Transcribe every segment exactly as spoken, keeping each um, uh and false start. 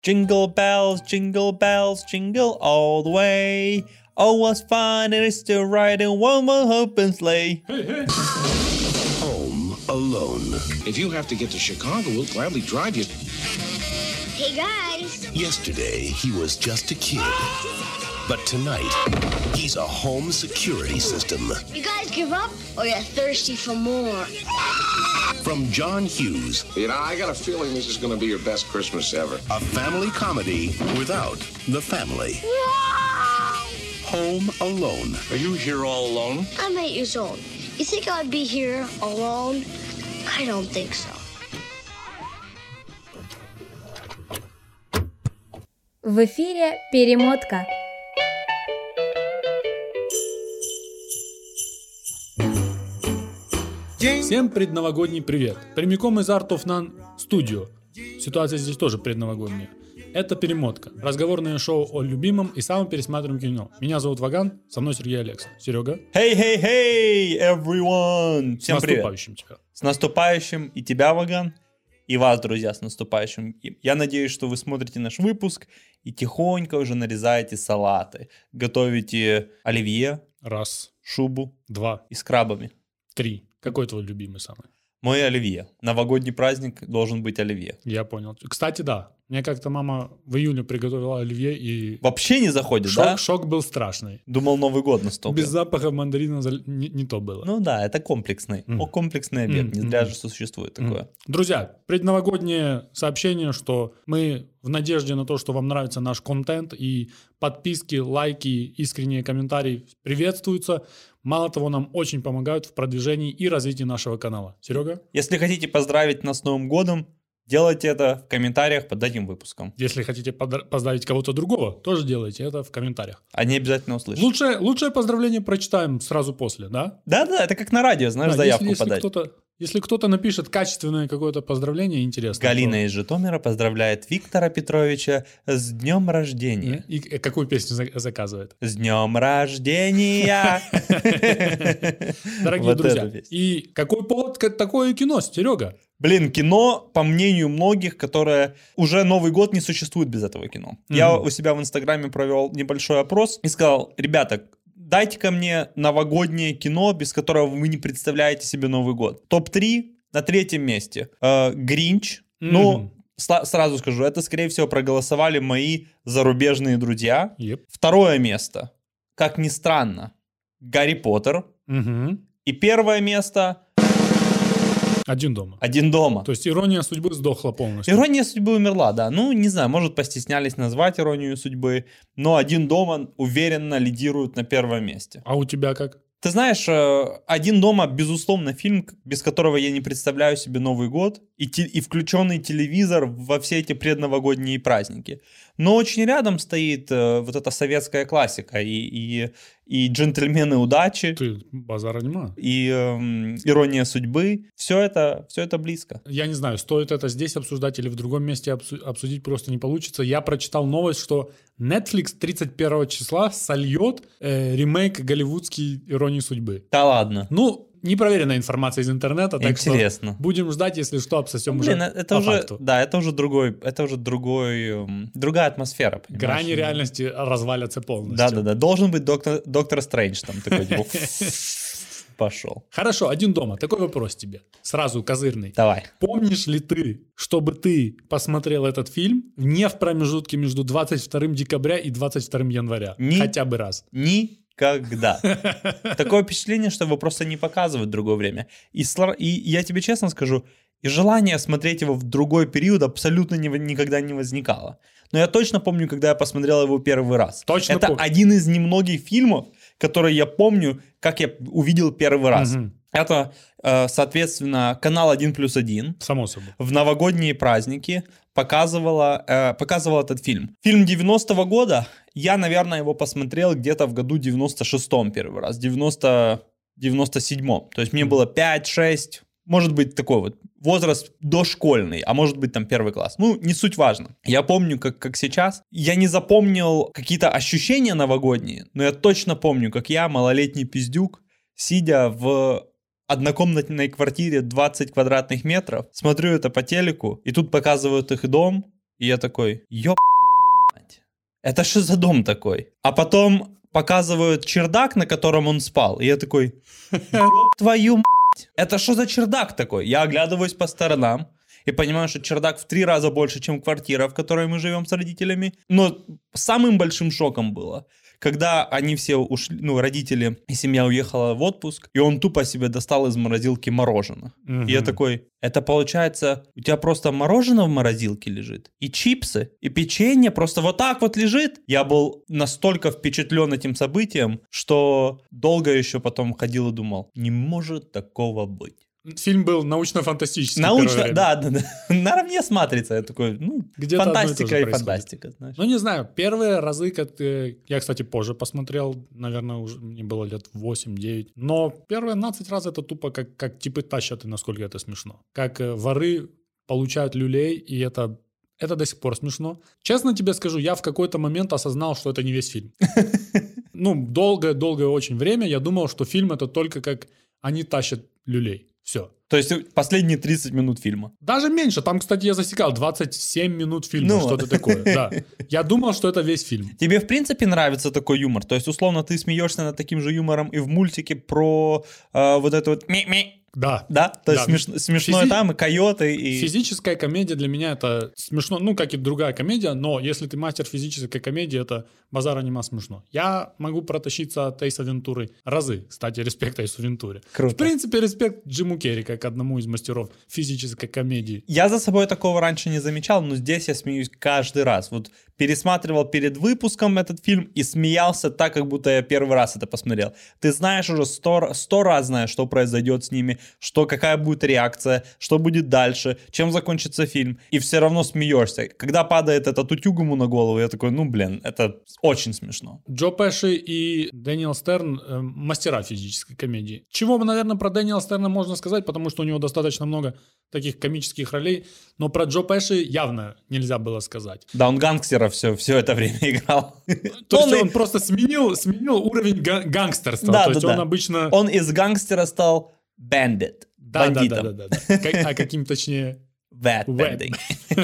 Jingle bells, jingle bells, jingle all the way. Oh, what fun it is to ride in one more open sleigh. Hey, hey. Home Alone. If you have to get to Chicago, we'll gladly drive you. Hey, guys. Yesterday, he was just a kid. But tonight, he's a home security system. You guys give up or you're thirsty for more? From John Hughes. You know, I got a feeling this is going to be your best Christmas ever. A family comedy without the family. Wow! Home Alone. Are you here all alone? I'm eight years old. You think I'd be here alone? I don't think so. В эфире перемотка. Всем предновогодний привет. Прямиком из Art of None Studio. Ситуация здесь тоже предновогодняя. Это перемотка. Разговорное шоу о любимом и самом пересматриваемом кино. Меня зовут Ваган, со мной Сергей Алекса. Серега. Hey, hey, hey, everyone! Всем с наступающим привет. тебя. С наступающим и тебя, Ваган, и вас, друзья, с наступающим. Я надеюсь, что вы смотрите наш выпуск и тихонько уже нарезаете салаты. Готовите оливье, Раз, шубу два, и с крабами. три. Какой твой любимый самый? Мой оливье. Новогодний праздник должен быть оливье. Я понял. Кстати, да. Мне как-то мама в июне приготовила оливье и... Вообще не заходит, шок, да? Шок был страшный. Думал, Новый год наступил. Без запаха мандарина не, не то было. Ну да, это комплексный. Mm. О, комплексный обед. Mm. Не зря Mm. же существует Mm. такое. Друзья, предновогоднее сообщение, что мы в надежде на то, что вам нравится наш контент, и подписки, лайки, искренние комментарии приветствуются. Мало того, нам очень помогают в продвижении и развитии нашего канала. Серега? Если хотите поздравить нас с Новым годом, делайте это в комментариях под этим выпуском. Если хотите подра- поздравить кого-то другого, тоже делайте это в комментариях. Они обязательно услышат. Лучшее, лучшее поздравление прочитаем сразу после, да? Да-да, это как на радио, знаешь, Да, заявку если, если подать. Кто-то, если кто-то напишет качественное какое-то поздравление, интересно. Галина то... из Житомира поздравляет Виктора Петровича с днем рождения. И какую песню за- заказывает? С днем рождения! Дорогие Вот друзья, эту песню. и какой повод, к- такое кино, Серега? Блин, кино, по мнению многих, которое уже Новый год не существует без этого кино. Я у себя в Инстаграме провел небольшой опрос и сказал: ребята, дайте-ка мне новогоднее кино, без которого вы не представляете себе Новый год. топ три на третьем месте. Э, Гринч. Ну, сла- сразу скажу, это, скорее всего, проголосовали мои зарубежные друзья. Еп. Второе место, как ни странно, Гарри Поттер. Мгм. И первое место Один дома. «Один дома». То есть ирония судьбы сдохла полностью. Ирония судьбы умерла, да. Ну, не знаю, может, постеснялись назвать иронию судьбы, но «Один дома» уверенно лидирует на первом месте. А у тебя как? Ты знаешь, э, «Один дома», безусловно, фильм, без которого я не представляю себе Новый год, и, те- и включенный телевизор во все эти предновогодние праздники. Но очень рядом стоит э, вот эта советская классика, и, и, и «Джентльмены удачи», Ты базара нема. и эм, «Ирония судьбы». Все это, все это близко. Я не знаю, стоит это здесь обсуждать или в другом месте обсу- обсудить просто не получится. Я прочитал новость, что Netflix тридцать первого числа сольет э, ремейк голливудский «Иронии судьбы». Да ладно. Ну, непроверенная информация из интернета, так Интересно. что будем ждать, если что, обсосем Блин, уже это по уже, факту. да, это уже другой, это уже другой, эм, другая атмосфера, понимаешь? Грани реальности развалятся полностью. Да-да-да, должен быть доктор, доктор Стрэндж там такой, типа, пошел. Хорошо, «Один дома». Такой вопрос тебе. Сразу козырный. Давай. Помнишь ли ты, чтобы ты посмотрел этот фильм не в промежутке между двадцать второго декабря и двадцать второго января? Ни- Хотя бы раз. Никогда. Такое впечатление, что его просто не показывают в другое время. И, сла- и я тебе честно скажу, и желание смотреть его в другой период абсолютно не- никогда не возникало. Но я точно помню, когда я посмотрел его первый раз. Точно Это помню. один из немногих фильмов, которые я помню, как я увидел первый раз. Мгм. Это, э, соответственно, канал один плюс один. Само собой. В новогодние праздники показывала, э, показывал этот фильм. Фильм девяностого года, я, наверное, его посмотрел где-то в году девяносто шестом первый раз, девяносто, девяносто седьмом. То есть мне было пять-шесть, может быть, такой вот возраст дошкольный, а может быть там первый класс. Ну, не суть важно. Я помню, как, как сейчас. Я не запомнил какие-то ощущения новогодние, но я точно помню, как я, малолетний пиздюк, сидя в однокомнатной квартире двадцать квадратных метров, смотрю это по телеку, и тут показывают их дом, И я такой, ёп, это что за дом такой? А потом показывают чердак, на котором он спал. И я такой, ёп твою мать, это что за чердак такой? Я оглядываюсь по сторонам и понимаю, что чердак в три раза больше, чем квартира, в которой мы живем с родителями. Но самым большим шоком было, когда они все ушли, ну, родители и семья уехала в отпуск, и он тупо себе достал из морозилки мороженое. Угу. И я такой, это получается, у тебя просто мороженое в морозилке лежит, и чипсы, и печенье просто вот так вот лежит. Я был настолько впечатлен этим событием, что долго еще потом ходил и думал, не может такого быть. Фильм был научно-фантастический. Научно, да, да, да. Наравне с «Матрицей». Я такой, ну, где-то фантастика и, и фантастика. Знаешь. Ну, не знаю, первые разы, как ты... Я, кстати, позже посмотрел, наверное, уже мне было лет восемь-девять. Но первые двенадцать раз это тупо как, как типы тащат, и насколько это смешно. Как э, воры получают люлей, и это... Это до сих пор смешно. Честно тебе скажу, я в какой-то момент осознал, что это не весь фильм. Ну, долгое-долгое очень время я думал, что фильм это только как они тащат люлей. Все. То есть последние тридцать минут фильма. Даже меньше. Там, кстати, я засекал двадцать семь минут фильма, ну, что-то такое. Да. Я думал, что это весь фильм. Тебе, в принципе, нравится такой юмор? То есть, условно, ты смеешься над таким же юмором и в мультике про э, вот это вот ми-ми. Да. Да? То есть да. смеш... смешно Физи... там, и койоты, и... Физическая комедия для меня это смешно, ну, как и другая комедия, но если ты мастер физической комедии, это базара нема смешно. Я могу протащиться от Эйса Вентуры разы. Кстати, респект Эйсу Вентуре. Круто. В принципе, респект Джиму Керри, как одному из мастеров физической комедии. Я за собой такого раньше не замечал, но здесь я смеюсь каждый раз. Вот пересматривал перед выпуском этот фильм и смеялся так, как будто я первый раз это посмотрел. Ты знаешь уже сто, сто раз знаешь, что произойдет с ними, что какая будет реакция, что будет дальше, чем закончится фильм, и все равно смеешься. Когда падает этот утюг ему на голову, я такой, ну блин, это очень смешно. Джо Пеши и Дэниел Стерн э, мастера физической комедии. Чего, наверное, про Дэниела Стерна можно сказать, потому что у него достаточно много таких комических ролей, но про Джо Пеши явно нельзя было сказать. Да, он гангстера все, все это время играл. То есть он, он просто сменил, сменил уровень га- гангстерства. Да, То да, есть да. он обычно... Он из гангстера стал бандит, да, бандитом. Да, да, да, да, да. А каким точнее... Wet bending.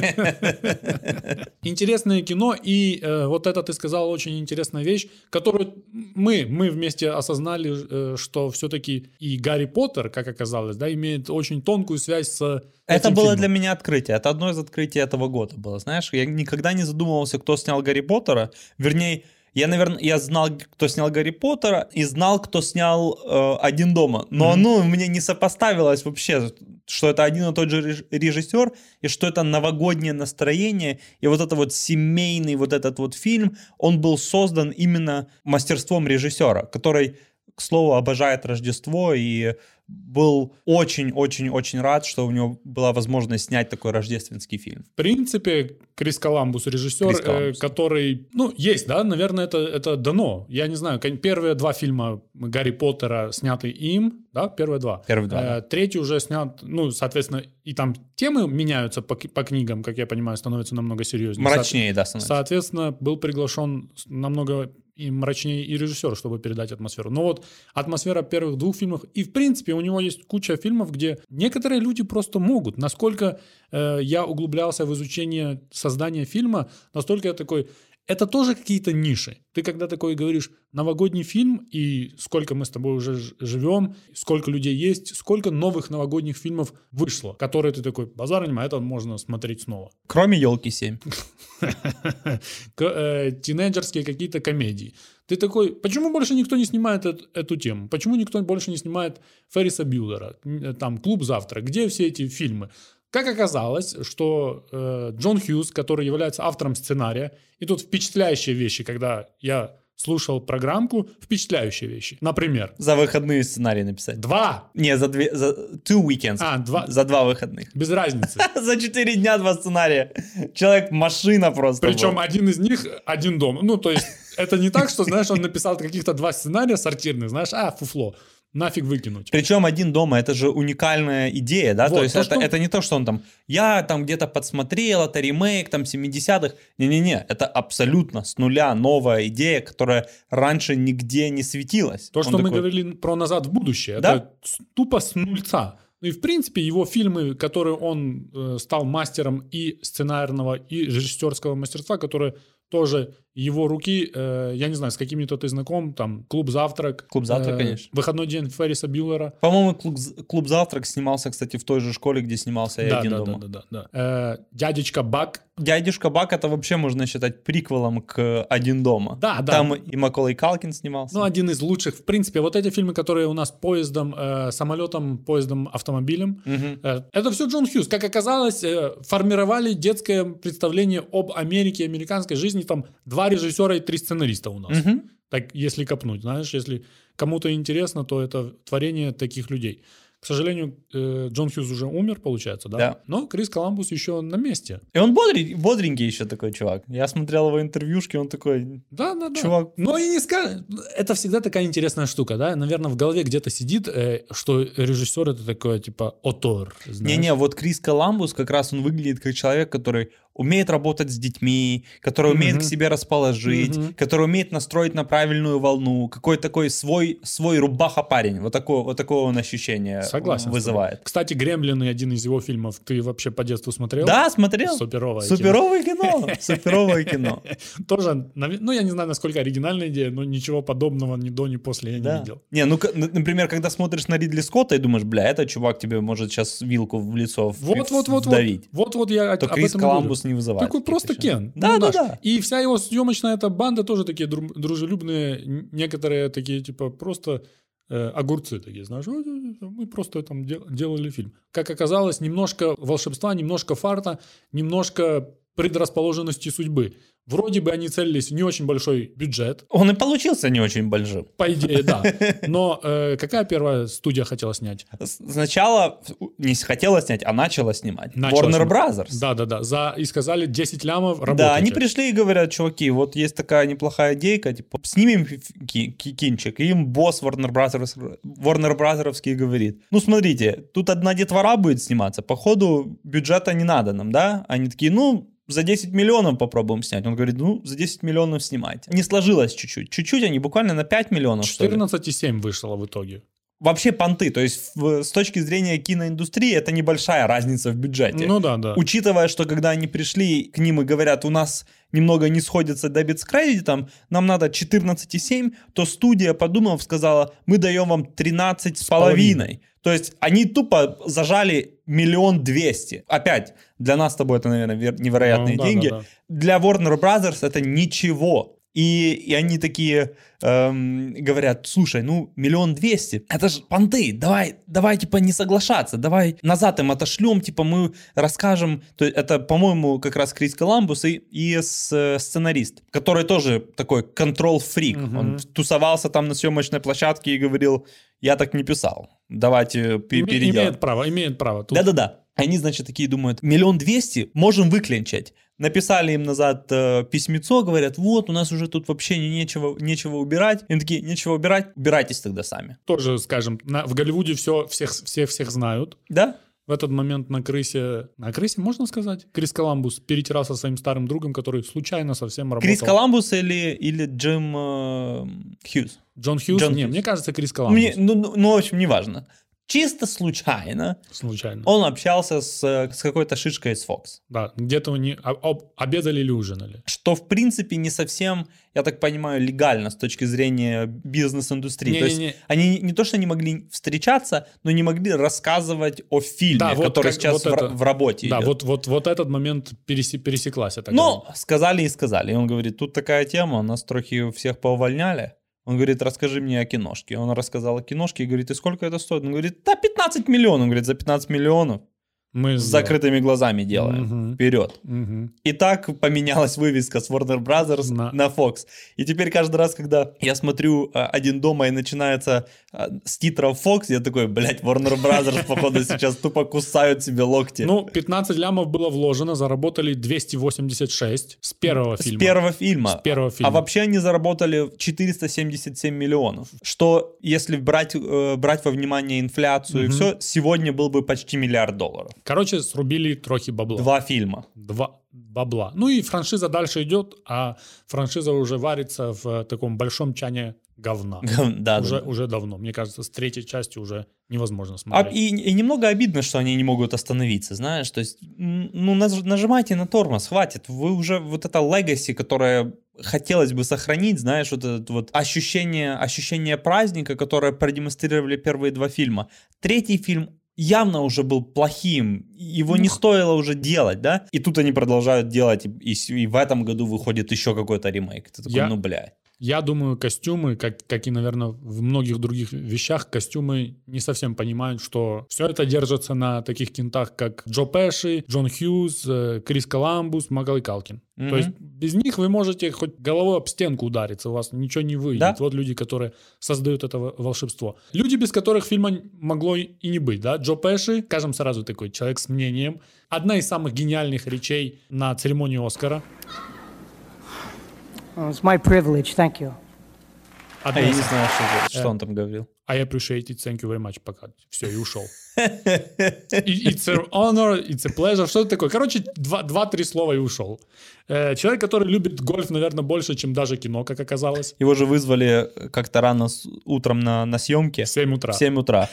Интересное кино, и э, вот это ты сказал очень интересная вещь, которую мы, мы вместе осознали, э, что все-таки и Гарри Поттер, как оказалось, да, имеет очень тонкую связь с этим Это было фильмом. для меня открытие, это одно из открытий этого года было, знаешь, я никогда не задумывался, кто снял Гарри Поттера, вернее, я, наверное, я знал, кто снял Гарри Поттера, и знал, кто снял э, «Один дома». Но, mm-hmm. ну, мне не сопоставилось вообще, что это один и тот же режиссер, и что это новогоднее настроение, и вот это вот семейный вот этот вот фильм, он был создан именно мастерством режиссера, который, к слову, обожает Рождество и был очень-очень-очень рад, что у него была возможность снять такой рождественский фильм. В принципе, Крис Коламбус, режиссер, Крис Коламбус. Э, который, ну, есть, да, наверное, это, это дано. Я не знаю, первые два фильма Гарри Поттера сняты им, да, первые два. Первые два, э, да. Третий уже снят, ну, соответственно, и там темы меняются по, по книгам, как я понимаю, становятся намного серьезнее. Мрачнее, Со- да, становится. Соответственно, был приглашен намного и мрачнее и режиссер, чтобы передать атмосферу. Но вот атмосфера первых двух фильмов, и в принципе у него есть куча фильмов, где некоторые люди просто могут. Насколько э, я углублялся в изучение создания фильма, настолько я такой... Это тоже какие-то ниши. Ты когда такой говоришь новогодний фильм, и сколько мы с тобой уже живем, сколько людей есть, сколько новых новогодних фильмов вышло, которые ты такой, базар нема, это можно смотреть снова. Кроме «Елки семь». Тинейджерские какие-то комедии. Ты такой, почему больше никто не снимает эту тему? Почему никто больше не снимает Ферриса Бьюллера? Там «Клуб завтра». Где все эти фильмы? Как оказалось, что э, Джон Хьюз, который является автором сценария, и тут впечатляющие вещи, когда я слушал программку, впечатляющие вещи. Например. За выходные сценарий написать. Два. Не, за две, за two weekends. А, два. За два выходных. Без разницы. За четыре дня два сценария. Человек машина просто. Причем один из них один дом. Ну, то есть, это не так, что, знаешь, он написал каких-то два сценария сортирных, знаешь, а, фуфло. Нафиг выкинуть. Причем «Один дома» — это же уникальная идея, да? Вот, то есть то, это, что... это не то, что он там, я там где-то подсмотрел, это ремейк там семидесятых. Не-не-не, это абсолютно с нуля новая идея, которая раньше нигде не светилась. То, он что такой... мы говорили про «Назад в будущее», да? это тупо с нульца. Ну и, в принципе, его фильмы, которые он э, стал мастером и сценарного, и режиссерского мастерства, которые тоже его руки, э, я не знаю, с какими-то ты знаком, там, «Клуб завтрак». «Клуб завтрак», э, конечно. «Выходной день» Ферриса Бьюллера. По-моему, клуб, «Клуб завтрак» снимался, кстати, в той же школе, где снимался и да, «Один да, дома». Да, да, да, да. Э, «Дядечка Бак». «Дядюшка Бак» — это вообще можно считать приквелом к «Один дома». Да, да. Там и Маколей Калкин снимался. Ну, один из лучших. В принципе, вот эти фильмы, которые у нас поездом, э, самолетом, поездом, автомобилем, Мгм. э, это все Джон Хьюз. Как оказалось, э, формировали детское представление об Америке, американской жизни. Там два режиссера и три сценариста у нас. Мгм. Так, если копнуть, знаешь, если кому-то интересно, то это творение таких людей. К сожалению, э, Джон Хьюз уже умер, получается, да? Да. Но Крис Коламбус еще на месте. И он бодрый, бодренький еще такой чувак. Я смотрел его интервьюшки, он такой... Да, да, да. Чувак. Но и не скажешь. Это всегда такая интересная штука, да? Наверное, в голове где-то сидит, э, что режиссер это такой, типа, отор. знаешь? Не-не, вот Крис Коламбус как раз он выглядит как человек, который умеет работать с детьми, который умеет Мгм. к себе расположить, Мгм. который умеет настроить на правильную волну, какой такой свой, свой рубаха-парень. Вот такое, вот такое он ощущение Согласен. с тобой. вызывает. Кстати, «Гремлины» один из его фильмов. Ты вообще по детству смотрел? Да, смотрел. Суперовое кино. Суперовое кино. Суперовое кино. Тоже, наве- ну, я не знаю, насколько оригинальная идея, но ничего подобного ни до, ни после я не Да. видел. Не, ну, к- н- например, когда смотришь на Ридли Скотта и думаешь, бля, этот чувак тебе может сейчас вилку в лицо в- Вот, вот, вот, вот. вдавить. Вот, вот я о- То об Крис этом и говорю. Коламбус не вызывает. Такой таких просто ощущений. Кен. Да, Ну, да, наш. да. И вся его съемочная эта банда тоже такие дру- дружелюбные, н- некоторые такие, типа, просто э, огурцы такие, знаешь, «Ой, ой, ой, мы просто там дел- делали фильм. Как оказалось, немножко волшебства, немножко фарта, немножко предрасположенности судьбы. Вроде бы они целились в не очень большой бюджет, Он и получился не очень большим. по идее, да. Но э, какая первая студия хотела снять? С- Сначала не хотела снять, а начала снимать. Начала Warner снимать. Brothers. Да-да-да. За... И сказали десять лямов, работайте. Да, они пришли и говорят, чуваки, вот есть такая неплохая идейка, типа, снимем фи- ки- ки- кинчик. И им босс Warner Brothers, Warner Brothers'ский говорит, ну смотрите, тут одна детвора будет сниматься, походу бюджета не надо нам, да? Они такие, ну, за десять миллионов попробуем снять. Он говорит, ну, за десять миллионов снимайте. Не сложилось чуть-чуть. Чуть-чуть они буквально на пять миллионов, что ли. четырнадцать и семь вышло в итоге. Вообще понты. То есть в- с точки зрения киноиндустрии это небольшая разница в бюджете. Ну да, да. Учитывая, что когда они пришли к ним и говорят, у нас немного не сходится дебет с кредитом, нам надо четырнадцать и семь, то студия, подумав, сказала, мы даем вам тринадцать с половиной. То есть они тупо зажали миллион двести. Опять, для нас с тобой это, наверное, вер- невероятные Ну, да, деньги. да, да. Для Warner Brothers это ничего. И, и они такие эм, говорят, слушай, ну, миллион двести, это же понты, давай, давай, типа, не соглашаться, давай назад им отошлем, типа, мы расскажем, то есть это, по-моему, как раз Крис Коламбус и, и с, э, сценарист, который тоже такой контрол-фрик, Мгм. он тусовался там на съемочной площадке и говорил, я так не писал, давайте пе- Име- переделаем. Имеет право, имеет право. Тут Да-да-да. Они, значит, такие думают, миллион двести можем выклинчать. Написали им назад э, письмецо, говорят, вот, у нас уже тут вообще не- нечего, нечего убирать. Им такие, нечего убирать, убирайтесь тогда сами. тоже, скажем, на- в Голливуде все, всех, всех, всех знают. Да? В этот момент на крысе, на крысе, можно сказать, Крис Коламбус перетирался со своим старым другом, который случайно совсем работал. Крис Коламбус или, или Джим э, Хьюз? Джон Хьюз? Джон Не, Хьюз. мне кажется, Крис Коламбус. Мне, ну, ну, ну, в общем, неважно. Чисто случайно Случайно. он общался с, э, с какой-то шишкой из Fox. Да, где-то они об- об- обедали или ужинали. Что, в принципе, не совсем, я так понимаю, легально с точки зрения бизнес-индустрии. То есть Не-не-не. они не то, что не могли встречаться, но не могли рассказывать о фильме, Да, вот который как- сейчас вот в, ра- это. в работе Да, идет. вот, вот, вот этот момент пересе- пересеклась. эта Но грань. сказали и сказали. И он говорит, тут такая тема, нас трохи всех поувольняли. Он говорит, расскажи мне о киношке. Он рассказал о киношке и говорит, и сколько это стоит? Он говорит, да пятнадцать миллионов. Он говорит, за пятнадцать миллионов Мы с сделали. закрытыми глазами делаем. Мгм. Вперед. Мгм. И так поменялась вывеска с Warner Brothers На- на, Fox. И теперь каждый раз, когда я смотрю а, «Один дома» и начинается а, с титров Fox, я такой, блядь, Warner Brothers, походу, сейчас тупо кусают себе локти. Ну, пятнадцать лямов было вложено, заработали двести восемьдесят шесть с первого с фильма. первого фильма. С первого фильма. А вообще они заработали четыреста семьдесят семь миллионов. Что, если брать, э, брать во внимание инфляцию и Мгм. все, сегодня был бы почти миллиард долларов. Короче, срубили трохи бабла. Два фильма. Два бабла. Ну и франшиза дальше идет, а франшиза уже варится в таком большом чане говна. Да, уже, да, да. уже давно. Мне кажется, с третьей части уже невозможно А, смотреть. и, и немного обидно, что они не могут остановиться, знаешь, то есть, ну, наж- нажимайте на тормоз, хватит, вы уже, вот это legacy, которое хотелось бы сохранить, знаешь, вот это вот ощущение, ощущение праздника, которое продемонстрировали первые два фильма. Третий фильм явно уже был плохим, его Ну, не стоило уже делать, да, и тут они продолжают делать, и, и, и в этом году выходит еще какой-то ремейк, ты такой, Я- ну, блядь. Я думаю, костюмы, как, как и, наверное, в многих других вещах, костюмы не совсем понимают, что все это держится на таких кентах, как Джо Пеши, Джон Хьюз, э, Крис Коламбус, Маколей Калкин. Мгм. То есть без них вы можете хоть головой об стенку удариться, у вас ничего не выйдет. Да. Вот люди, которые создают это во- волшебство. Люди, без которых фильма могло и не быть. Да? Джо Пеши, скажем сразу, такой человек с мнением. Одна из самых гениальных речей на церемонии Оскара. Well, it's my privilege, thank you. А Одна я из не знаю, что, говорит, что Э. он там говорил. I appreciate it, thank you very much, пока. Все, и ушел. И- It's an honor, it's a pleasure. Что это такое? Короче, два- два-три слова и ушел. Э, Человек, который любит гольф, наверное, больше, чем даже кино, как оказалось. Его же вызвали как-то рано с- утром на, на съемке. В семь утра. В семь утра.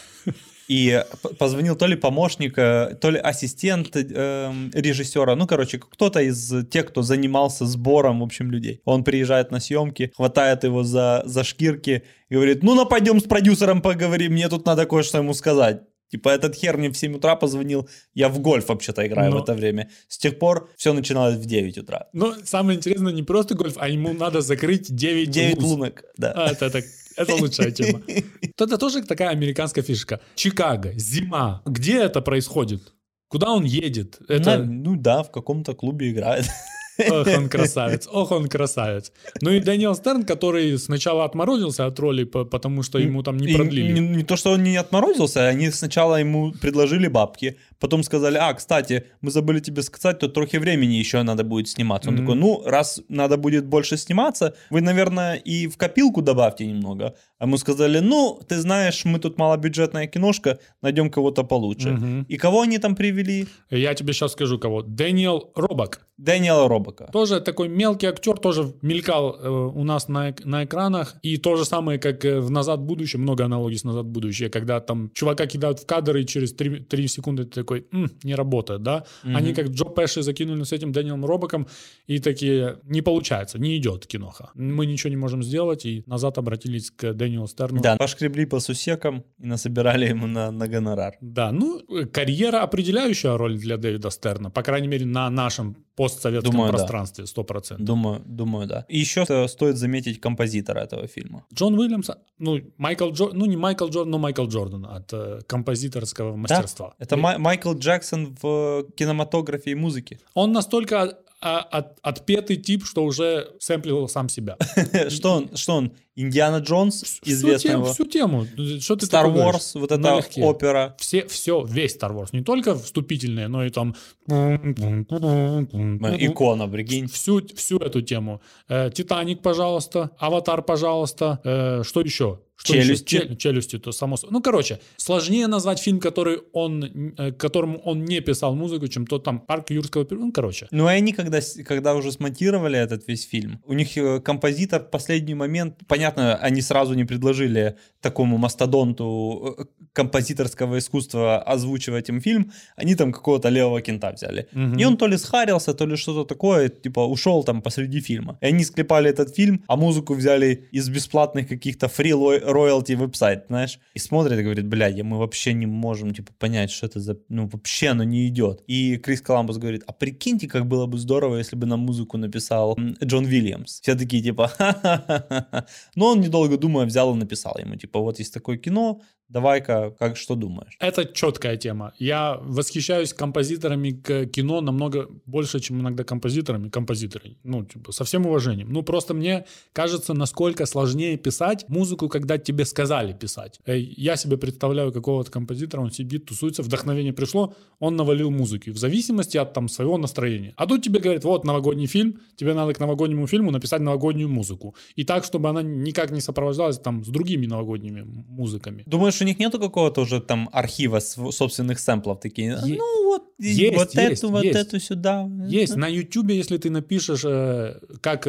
И п- позвонил то ли помощник, э, то ли ассистент эм, режиссера, ну, короче, кто-то из тех, кто занимался сбором, в общем, людей. Он приезжает на съемки, хватает его за, за шкирки и говорит, ну, ну, пойдем с продюсером поговорим, мне тут надо кое-что ему сказать. Типа, этот хер мне в семь утра позвонил, я в гольф вообще-то играю Но- в это время. С тех пор все начиналось в девять утра. Но самое интересное, не просто гольф, а ему надо закрыть девять, девять луз. лунок, да. А, это, это, это лучшая тема. Это тоже такая американская фишка. Чикаго, зима. Где это происходит? Куда он едет? На- Это... ну да, в каком-то клубе играет. Ох, он красавец, ох, он красавец. Ну и Дэниел Стерн, который сначала отморозился от роли, по- потому что ему там не И продлили. Не, не то, что он не отморозился, они сначала ему предложили бабки, потом сказали, а, кстати, мы забыли тебе сказать, тут трохи времени еще надо будет сниматься. Он Мгм. такой, ну, раз надо будет больше сниматься, вы, наверное, и в копилку добавьте немного. А мы сказали, ну, ты знаешь, мы тут малобюджетная киношка, найдем кого-то получше. Мгм. И кого они там привели? Я тебе сейчас скажу, кого. Дэниел Робок. Дэниела Робока. Тоже такой мелкий актер, тоже мелькал э, у нас на, эк- на экранах. И то же самое, как э, в «Назад в будущее», много аналогий с «Назад в будущее», когда там чувака кидают в кадр, и через три секунды ты такой, «М, не работает, да?» Мгм. Они как Джо Пеши закинули с этим Дэниелом Робоком, и такие, не получается, не идет киноха. Мы ничего не можем сделать, и назад обратились к Дэниелу Стерну. Да, пошкребли по сусекам и насобирали ему на, на гонорар. Да, ну, э, карьера определяющая роль для Дэвида Стерна, по крайней мере, на нашем постсоветском Думаю, да. пространстве, сто процентов. Думаю, думаю, да. И еще э, стоит заметить композитора этого фильма. Джон Уильямс, ну, Майкл Джор... ну, не Майкл Джордан, но Майкл Джордан от э, композиторского мастерства. Это И Май- Майкл Джексон в э, кинематографе и музыке. Он настолько а, от- отпетый тип, что уже сэмплил сам себя. Что он, что он, Индиана Джонс, Всю известный тему, его, всю тему. Что ты Star такое говоришь? Wars, вот эта Налегке. опера. Все, все, весь Star Wars. Не только вступительные, но и там... Икона, прикинь. Всю, всю эту тему. Э, Титаник, пожалуйста. Аватар, пожалуйста. Э, что еще? Что Челюсти. еще? Чел- челюсти, то само собой. Ну, короче, сложнее назвать фильм, который он, э, которому он не писал музыку, чем тот там «Парк юрского периода». Ну, короче. Ну, и они, когда, с- когда уже смонтировали этот весь фильм, у них э, композитор в последний момент, понятно, они сразу не предложили такому мастодонту э, композиторского искусства озвучивать им фильм, они там какого-то левого кента взяли. Мгм. И он то ли схарился, то ли что-то такое, типа ушел там посреди фильма. И они склепали этот фильм, а музыку взяли из бесплатных каких-то фри роялти веб-сайт, знаешь, и смотрят и говорят, блядь, мы вообще не можем, типа, понять, что это за, ну, вообще оно не идет. И Крис Коламбус говорит, а прикиньте, как было бы здорово, если бы нам музыку написал м, Джон Уильямс. Все такие, типа, ха-ха-ха-ха. Но он, недолго думая, взял и написал ему, типа, вот есть такое кино, давай-ка, как, что думаешь? Это четкая тема. Я восхищаюсь композиторами к кино намного больше, чем иногда композиторами. Композиторы. Ну, типа, со всем уважением. Ну, просто мне кажется, насколько сложнее писать музыку, когда тебе сказали писать. Э, Я себе представляю какого-то композитора, он сидит, тусуется, вдохновение пришло, он навалил музыки. В зависимости от там своего настроения. А тут тебе говорят, вот новогодний фильм, тебе надо к новогоднему фильму написать новогоднюю музыку. И так, чтобы она никак не сопровождалась там с другими новогодними м- музыками. Думаешь, у них нету какого-то уже там архива св- собственных сэмплов такие? Е- Ну, вот, Есть, вот есть, эту, вот есть. эту сюда. Есть. На Ютубе, если ты напишешь, э, как э,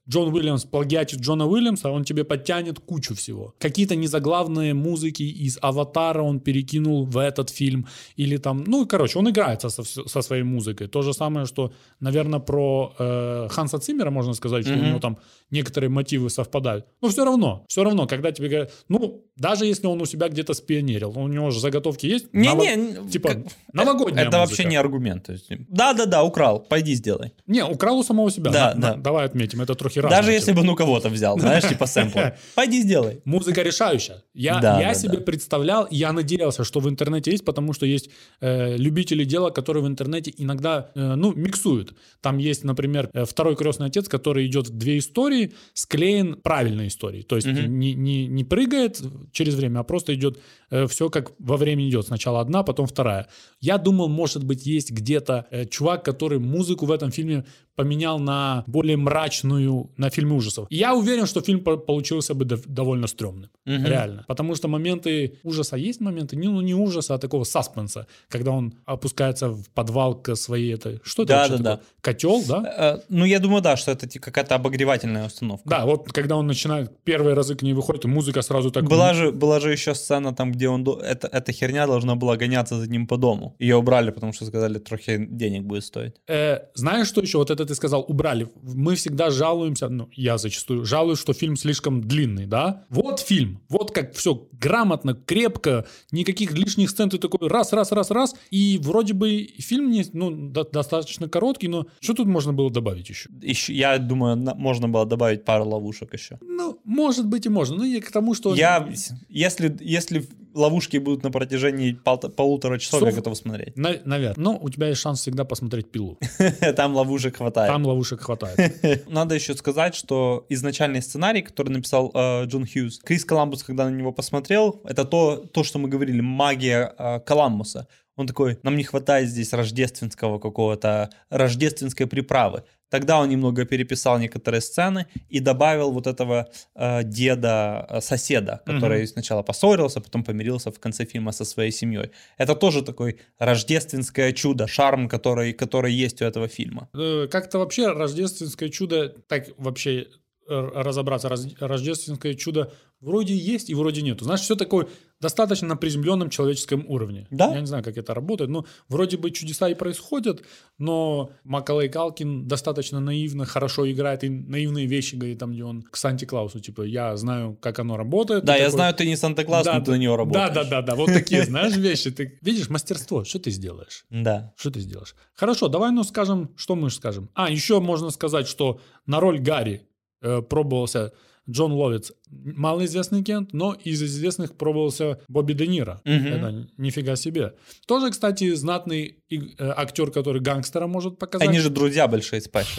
Джон Уильямс плагиатит Джона Уильямса, он тебе подтянет кучу всего. Какие-то незаглавные музыки из «Аватара» он перекинул в этот фильм. Или там, ну, короче, он играется со, со своей музыкой. То же самое, что, наверное, про э, Ханса Циммера можно сказать, что mm-hmm. у него там некоторые мотивы совпадают. Но все равно, все равно, когда тебе говорят, ну, даже если он у себя где-то спионерил, у него же заготовки есть. Не-не. Ново... Типа, новогодняя Это музыка. вообще не аргумент. Да-да-да, украл, пойди сделай. Не, украл у самого себя. Да, на, да. На, давай отметим, это трохи Даже разное. если бы ну кого-то взял, знаешь, типа сэмпла. Пойди сделай. Музыка решающая. Я, да, я да, себе да. представлял, я надеялся, что в интернете есть, потому что есть э, любители дела, которые в интернете иногда, э, ну, миксуют. Там есть, например, э, «Второй крестный отец», который идет в две истории, склеен правильной историей. То есть mm-hmm. не, не, не прыгает через время, а просто идет э, все как во времени идет. Сначала одна, потом вторая. Я думал, может быть, есть где-то э, чувак, который музыку в этом фильме поменял на более мрачную, на фильм ужасов. И я уверен, что фильм получился бы дов- довольно стрёмным. Угу. Реально. Потому что моменты ужаса есть моменты, не, ну не ужаса, а такого саспенса, когда он опускается в подвал к своей этой... Что это да, вообще да, такое? да. Котел, да? Э, ну, я думаю, да, что это какая-то обогревательная установка. Да, вот когда он начинает, первые разы к ней выходит, и музыка сразу так... Была же, была же еще сцена там, где он... Это, эта херня должна была гоняться за ним по дому. Ее убрали, потому что сказали, трохи денег будет стоить. Э, знаешь, что еще? Вот это ты сказал, убрали. Мы всегда жалуемся, ну, я зачастую жалуюсь, что фильм слишком длинный, да? Вот фильм, вот как все грамотно, крепко, никаких лишних сцен, ты такой раз, раз, раз, раз, и вроде бы фильм не, ну, до- достаточно короткий, но что тут можно было добавить еще? Еще, я думаю, на- можно было добавить пару ловушек еще. Ну, может быть и можно, но я к тому, что... Я, если, если ловушки будут на протяжении пол- полутора часов, Часов? я готов смотреть. На- наверное. Но у тебя есть шанс всегда посмотреть «Пилу». Там ловушек хватает. Там ловушек хватает. Надо еще сказать, что изначальный сценарий, который написал э, Джон Хьюз, Крис Коламбус, когда на него посмотрел, это то, то что мы говорили, магия э, Коламбуса. Он такой, нам не хватает здесь рождественского какого-то, рождественской приправы. Тогда он немного переписал некоторые сцены и добавил вот этого э, деда, э, соседа, который mm-hmm. сначала поссорился, потом помирился в конце фильма со своей семьей. Это тоже такое рождественское чудо, шарм, который, который есть у этого фильма. Э, Как-то вообще рождественское чудо, так вообще э, разобраться, раз- рождественское чудо вроде есть и вроде нету. Знаешь, все такое достаточно на приземленном человеческом уровне. Да? Я не знаю, как это работает, но вроде бы чудеса и происходят, но Маколей Калкин достаточно наивно, хорошо играет и наивные вещи говорит там, где он к Санте-Клаусу, типа, я знаю, как оно работает. Да, Ты я такой, знаю, ты не Санта-Клаус, да, но ты на него работаешь. Да, да, да, да, вот такие, знаешь, вещи. Ты видишь мастерство, что ты сделаешь? Да. Что ты сделаешь? Хорошо, давай, ну, скажем, что мы скажем. А, еще можно сказать, что на роль Гарри э, пробовался Джон Ловиц, малоизвестный Кент, но из известных пробовался Бобби Де Ниро. Мгм. Это нифига себе. Тоже, кстати, знатный и, э, актер, который гангстера может показать. Они же друзья большие с Пашей.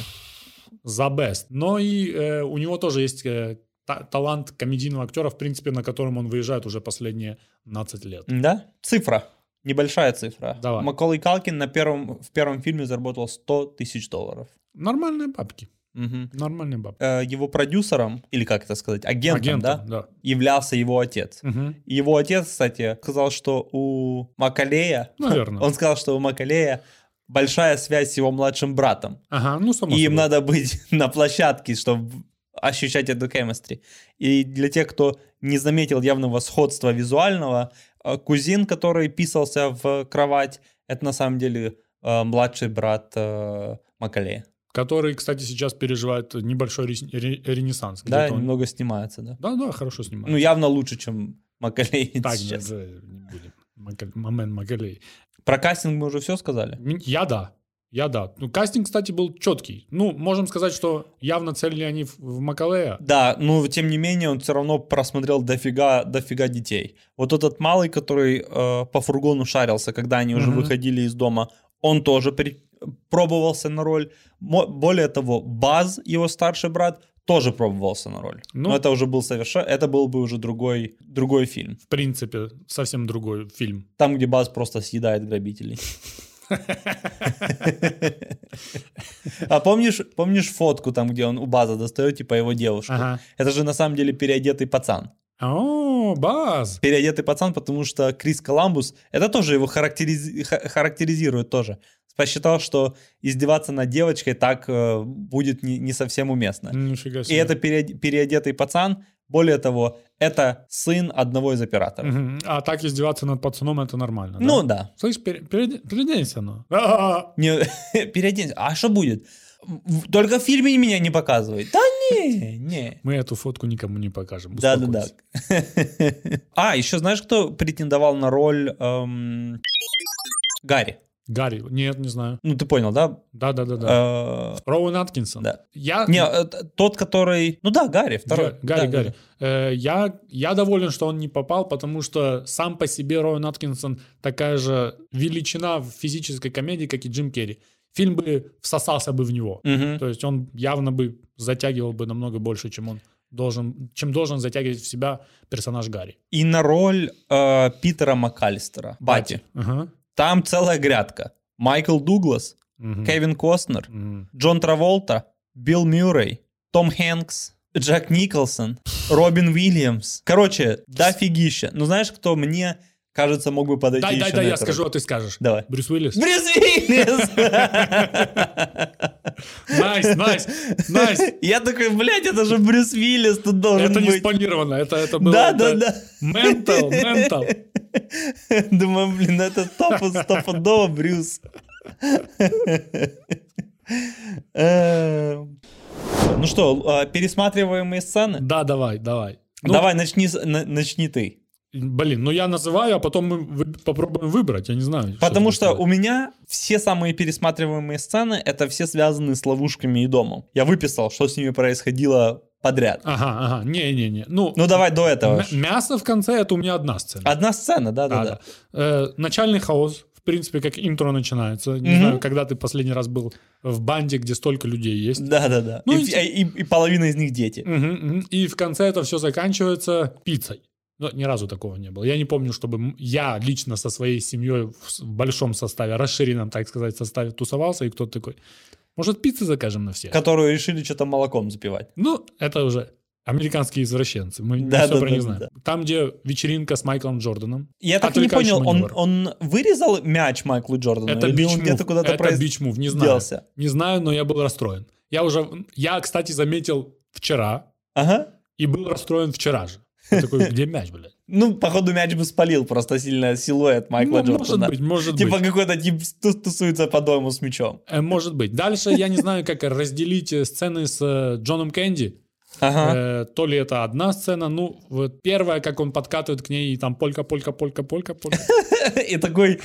The best. Но и э, у него тоже есть э, та- талант комедийного актера, в принципе, на котором он выезжает уже последние двенадцать лет. Да? Цифра. Небольшая цифра. Давай. Маколей Калкин на первом, в первом фильме заработал сто тысяч долларов. Нормальные бабки. Мгм. Нормальные бабки. Э, Его продюсером, или как это сказать, агентом, Агентом, да, да. являлся его отец. Мгм. Его отец, кстати, сказал, что у Маколея, Наверное. он сказал, что у Маколея большая связь с его младшим братом. Ага, ну, само И им собой. надо быть на площадке, чтобы ощущать эту chemistry. И для тех, кто не заметил явного сходства визуального, э, кузин, который писался в кровать, это на самом деле э, младший брат э, Маколея. Который, кстати, сейчас переживает небольшой рес- ре- ренессанс. Да, Где-то он- немного снимается, да. да, да, хорошо снимает. Ну, явно лучше, чем Маколей так, сейчас. нет, не будем. Мака- Момент Макалей. Про кастинг мы уже все сказали? М- Я да. Я да. Ну, кастинг, кстати, был четкий. Ну, можем сказать, что явно целили они в, в Макалея. Да, но тем не менее он все равно просмотрел дофига, дофига детей. Вот этот малый, который э, по фургону шарился, когда они уже Мгм. выходили из дома, он тоже при- пробовался на роль. Мо- более того, Баз, его старший брат, тоже пробовался на роль. Ну. Но это уже был совершенно, это был бы уже другой, другой фильм. В принципе, совсем другой фильм. Там, где Баз просто съедает грабителей. А помнишь, помнишь фотку там, где он у База достает, типа, его девушку? Ага. Это же на самом деле переодетый пацан. О, Баз! Переодетый пацан, потому что Крис Коламбус, это тоже его характеризи- ха- характеризирует тоже. посчитал, что издеваться над девочкой так э, будет не, не совсем уместно. Нифига И себе. это переод- переодетый пацан, более того, это сын одного из операторов. Мгм. А так издеваться над пацаном это нормально, да? Ну да. Слышь, пере- переоде- переоденься, ну. А-а-а. Не, переоденься. А что будет? В- Только в фильме меня не показывают. Да не, не. Мы эту фотку никому не покажем. Да-да-да. Успокойся. А, еще знаешь, кто претендовал на роль эм, Гарри? Гарри. Нет, не знаю. Ну, ты понял, да? Да-да-да-да. Э, Роуэн Аткинсон. Да. Я... Не, э, т- тот, который... Ну да, Гарри, второй. Га- Гарри, Да, Гарри. Э, я, я доволен, что он не попал, потому что сам по себе Роуэн Аткинсон такая же величина в физической комедии, как и Джим Керри. Фильм бы всосался бы в него. да. Мгм. То есть он явно бы затягивал бы намного больше, чем он должен, чем должен затягивать в себя персонаж Гарри. И на роль э, Питера МакКаллистера, Бати. Ага. Там целая грядка. Майкл Дуглас, Мгм. Кевин Костнер, Мгм. Джон Траволта, Билл Мюррей, Том Хэнкс, Джек Николсон, Робин Уильямс. Короче, дофигища. Ну знаешь, кто мне, кажется, мог бы подойти Дай, еще дай, на дай, я эту скажу, роль? а ты скажешь. Давай. Брюс Уиллис. Брюс Уиллис! Найс, найс, найс. Я такой, блядь, это же Брюс Уиллис тут должен Это не быть. спланировано, это, это было... Да, это да, да. Ментал, ментал. Думаю, блин, это топ- стопудово Брюс. Э, Ну что, а, пересматриваемые сцены? Да, давай, давай. Ну, Давай, начни, с- на- начни ты. Блин, ну я называю, а потом мы вы- попробуем выбрать, я не знаю. Потому тут что делать. у меня все самые пересматриваемые сцены, это все связаны с ловушками и домом. Я выписал, что с ними происходило подряд. Ага, ага, не-не-не. Ну, Ну давай до этого. мя- мясо в конце — это у меня одна сцена. Одна сцена, да-да-да. Да, да. Э, начальный хаос, в принципе, как интро начинается. Не Мгм. знаю, когда ты последний раз был в банде, где столько людей есть. Да-да-да. Ну, и, и- и- и- и половина из них дети. Мгм, мгм. И в конце это все заканчивается пиццей. Но ни разу такого не было. Я не помню, чтобы м- я лично со своей семьей в с- в большом составе, расширенном, так сказать, составе тусовался, и кто-то такой, может, пиццы закажем на всех? Которые решили что-то молоком запивать. Ну, это уже американские извращенцы. Мы Да, все да, про да, них да, знаем. да. Там, где вечеринка с Майклом Джорданом. Я так и не Отвлекающий понял, он, маневр. он вырезал мяч Майклу Джордану? Это или бич он где-то куда-то Это произ- бич-мув, не знаю. делся? Не знаю, но я был расстроен. Я уже, я, кстати, заметил вчера Ага. и был расстроен вчера же. Я такой, где мяч, блядь? Ну, походу, мяч бы спалил просто сильно силуэт Майкла Ну, Джордана. может быть, может Типа быть. какой-то тип ту- тусуется по дому с мячом. Э, Может быть. Дальше я не знаю, как разделить э, сцены с э, Джоном Кэнди. Ага. Э, то ли это одна сцена, ну, вот первая, как он подкатывает к ней, и там полька, полька, полька, полька, полька. И такой...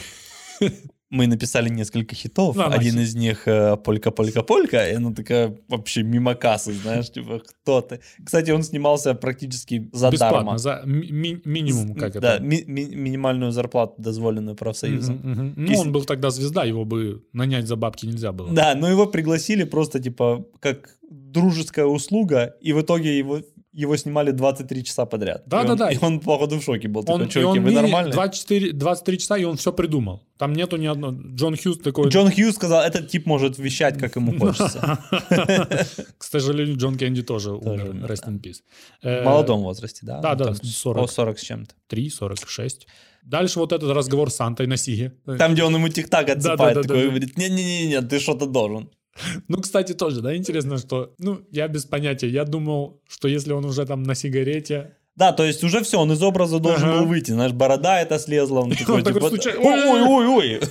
Мы написали несколько хитов. Нормально. Один из них э, «Полька-полька-полька». И она такая вообще мимо кассы, знаешь, типа, кто ты? Кстати, он снимался практически задарма. Бесплатно, за ми- ми- минимум, как Да, это. ми- ми- минимальную зарплату, дозволенную профсоюзом. Мгм, мгм. Ну, Если- он был тогда звезда, его бы нанять за бабки нельзя было. Да, но его пригласили просто, типа, как дружеская услуга, и в итоге его, его снимали двадцать три часа подряд. Да, и да, он, да. И он, походу, в шоке был. Он, Такой, и чуваки, он вы мини- нормальные? двадцать четыре, двадцать три часа, и он все придумал. Там нету ни одного. Джон Хьюз такой... Джон Хьюз сказал, этот тип может вещать, как ему хочется. К сожалению, Джон Кенди тоже Тоже, умер. да. Rest in peace. В Э, молодом возрасте, да? да, Ну, да, там сорок. О, сорок с чем-то. три, сорок шесть. Дальше вот этот разговор с Сантой на Сиге. Там, где он ему тик-так отсыпает, Да-да-да-да-да. такой говорит, не-не-не, ты что-то должен. Ну, кстати, тоже, да, интересно, что... Ну, я без понятия. Я думал, что если он уже там на сигарете... Да, то есть уже все, он из образа должен Ага. был выйти. Знаешь, борода это слезла. Он такой, такой типа, случайно, ой-ой-ой-ой.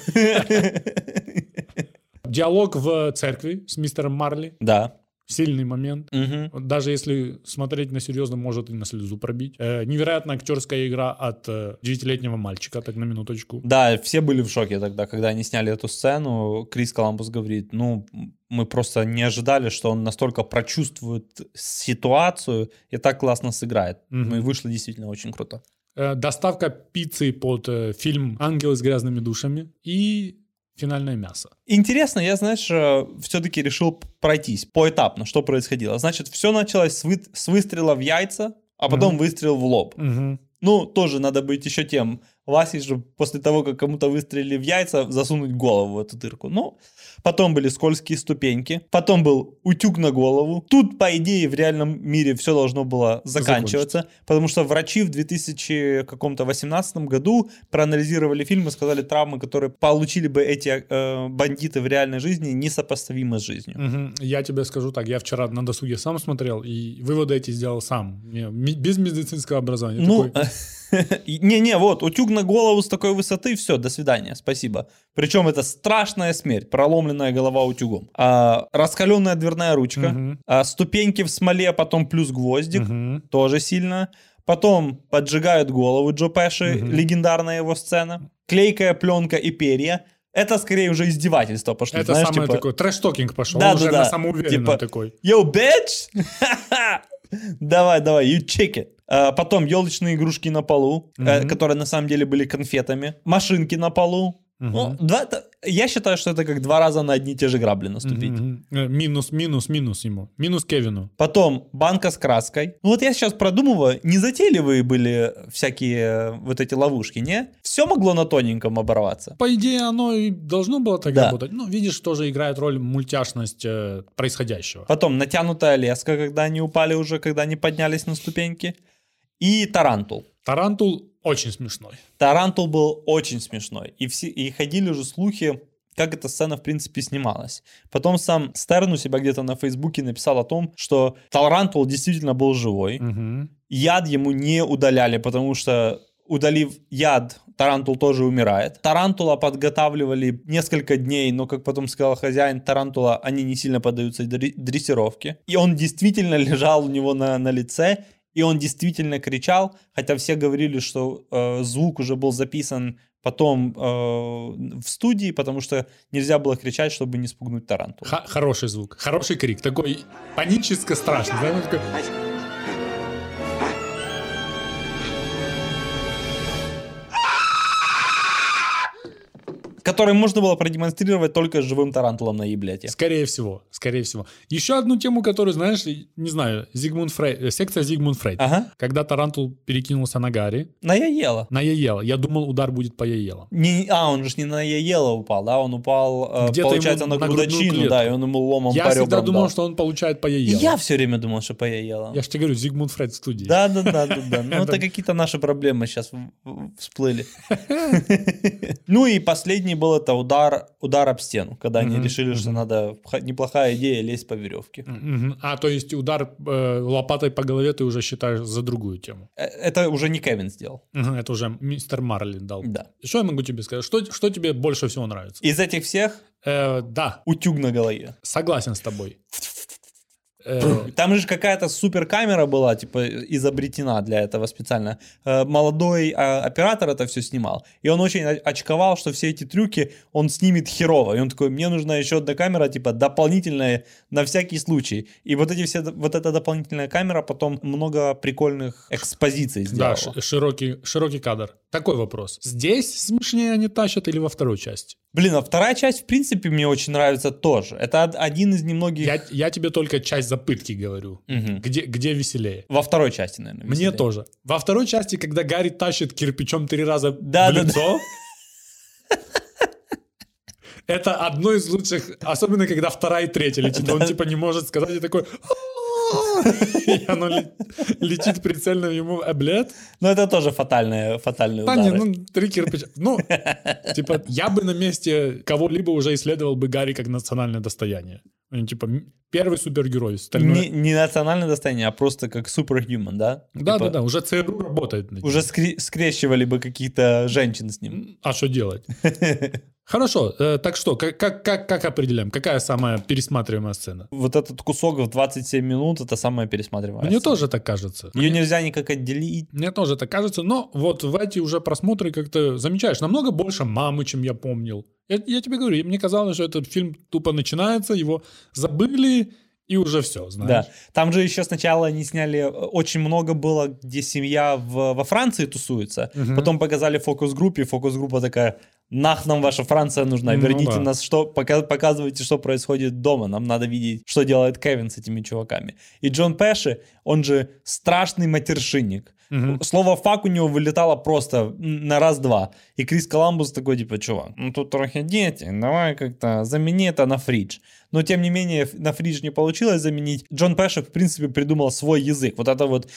Диалог в церкви с мистером Марли. Да. Сильный момент. Мгм. Даже если смотреть на серьезно, может и на слезу пробить. Э, невероятная актерская игра от э, девятилетнего мальчика, так на минуточку. Да, все были в шоке тогда, когда они сняли эту сцену. Крис Коламбус говорит, ну, мы просто не ожидали, что он настолько прочувствует ситуацию и так классно сыграет. Мгм. Ну и вышло действительно очень круто. Э, доставка пиццы под э, фильм «Ангелы с грязными душами» и финальное мясо. Интересно, я, знаешь, все-таки решил пройтись поэтапно, что происходило. Значит, все началось с, вы- с выстрела в яйца, а потом Мгм. выстрел в лоб. Мгм. Ну, тоже надо быть еще тем Васе же после того, как кому-то выстрелили в яйца, засунуть голову в эту дырку. Ну, потом были скользкие ступеньки, потом был утюг на голову. Тут, по идее, в реальном мире все должно было заканчиваться, потому что врачи в две тысячи восемнадцатом году проанализировали фильм и сказали, травмы, которые получили бы эти э, бандиты в реальной жизни, несопоставимы с жизнью. Угу. Я тебе скажу так, я вчера на досуге сам смотрел, и выводы эти сделал сам, без медицинского образования. Ну, такой... Не-не, вот, утюг на голову с такой высоты, все, до свидания, спасибо. Причем это страшная смерть, проломленная голова утюгом. А, раскаленная дверная ручка, угу. а, ступеньки в смоле, потом плюс гвоздик, угу. тоже сильно. Потом поджигают голову Джо Пеши, угу. легендарная его сцена. Клейкая пленка и перья. Это скорее уже издевательство пошло. Это знаешь, самое типа... такое, трэш-токинг пошел, да, он да, уже да. на самоуверенном типа, такой. Yo, bitch! Давай, давай, you chicken. А, потом елочные игрушки на полу, mm-hmm. которые на самом деле были конфетами. Машинки на полу. Mm-hmm. Ну, два, я считаю, что это как два раза на одни и те же грабли наступить. Mm-hmm. Минус, минус, минус ему. Минус Кевину. Потом банка с краской. Ну вот я сейчас продумываю, не затейливые были всякие вот эти ловушки, не? Все могло на тоненьком оборваться. По идее, оно и должно было так да. работать. Ну, видишь, тоже играет роль мультяшность э, происходящего. Потом натянутая леска, когда они упали уже, когда они поднялись на ступеньки. И тарантул. Тарантул очень смешной. Тарантул был очень смешной. И, все, и ходили же слухи, как эта сцена в принципе снималась. Потом сам Стерн у себя где-то на Фейсбуке написал о том, что Тарантул действительно был живой. Угу. Яд ему не удаляли, потому что, удалив яд, тарантул тоже умирает. Тарантула подготавливали несколько дней, но, как потом сказал хозяин, тарантула, они не сильно поддаются дрессировке. И он действительно лежал у него на, на лице, и он действительно кричал, хотя все говорили, что э, звук уже был записан потом э, в студии, потому что нельзя было кричать, чтобы не спугнуть тарантулу. Х- хороший звук, хороший крик, такой панически страшный. Знаешь, такой... Который можно было продемонстрировать только с живым тарантулом на еблете. Скорее всего, скорее всего. Еще одну тему, которую, знаешь, не знаю, Зигмунд Фрейд, секция Зигмунд Фрейд. Ага. Когда тарантул перекинулся на Гарри. На Яела. На Яела. Я думал, удар будет по Яелу. Не, а, он же не на Яела упал, да? Он упал, где-то получается, на, на грудочину, да, и он ему ломом я по ребрам Я всегда думал, дал. что он получает по Яелу. Я все время думал, что по Яелу. Я же тебе говорю, Зигмунд Фрейд в студии. Да-да-да. Ну, это какие-то наши проблемы сейчас всплыли. Ну и последний был это удар удар об стену, когда они mm-hmm. решили, что mm-hmm. надо, неплохая идея лезть по веревке. Mm-hmm. А, то есть удар э, лопатой по голове ты уже считаешь за другую тему? Это уже не Кевин сделал. Mm-hmm. Это уже мистер Марли дал. Да. Что я могу тебе сказать? Что, что тебе больше всего нравится? Из этих всех? Э, да. Утюг на голове. Согласен с тобой. Там же какая-то суперкамера была, типа, изобретена для этого специально. Молодой оператор это все снимал. И он очень очковал, что все эти трюки он снимет херово. И он такой, мне нужна еще одна камера, типа, дополнительная на всякий случай. И вот эти все, вот эта дополнительная камера потом много прикольных экспозиций сделала. Да, широкий, широкий кадр. Такой вопрос. Здесь смешнее они тащат или во второй части? Блин, а вторая часть, в принципе, мне очень нравится тоже. Это один из немногих... Я, я тебе только часть запытки говорю. Угу. Где, где веселее? Во второй части, наверное, веселее. Мне тоже. Во второй части, когда Гарри тащит кирпичом три раза да, в да, лицо... Это одно из лучших... Особенно, когда вторая и третья летит. Он типа не может сказать и такой... И оно летит прицельно ему облет. Ну, это тоже фатальные, фатальные да, удары. Не, ну, три кирпича. Ну, типа, я бы на месте кого-либо уже исследовал бы Гарри как национальное достояние. Ну, типа, первый супергерой. Остальное... Не, не национальное достояние, а просто как суперхьюман, да? Да-да-да, типа, уже ЦРУ работает. Уже скре- скрещивали бы каких-то женщин с ним. А что делать? Хорошо, э, так что, как, как, как, как определяем? Какая самая пересматриваемая сцена? Вот этот кусок в двадцать семь минут, это самая пересматриваемая Мне сцена. тоже так кажется. Ее нельзя никак отделить. Мне тоже так кажется, но вот в эти уже просмотры как-то замечаешь, намного больше мамы, чем я помнил. Я, я тебе говорю, мне казалось, что этот фильм тупо начинается, его забыли, и уже все, знаешь. Да. Там же еще сначала они сняли, очень много было, где семья в, во Франции тусуется. Угу. Потом показали фокус-группе, фокус-группа такая, нах нам ваша Франция нужна, Ну верните да. нас, что, пока- показывайте, что происходит дома, нам надо видеть, что делает Кевин с этими чуваками. И Джон Пеши, он же страшный матершинник. Мгм. Слово «фак» у него вылетало просто на раз-два. И Крис Коламбус такой, типа, чувак, ну тут трохи дети, давай как-то замени это на фридж. Но, тем не менее, на фридж не получилось заменить. Джон Пеши, в принципе, придумал свой язык. Вот это вот...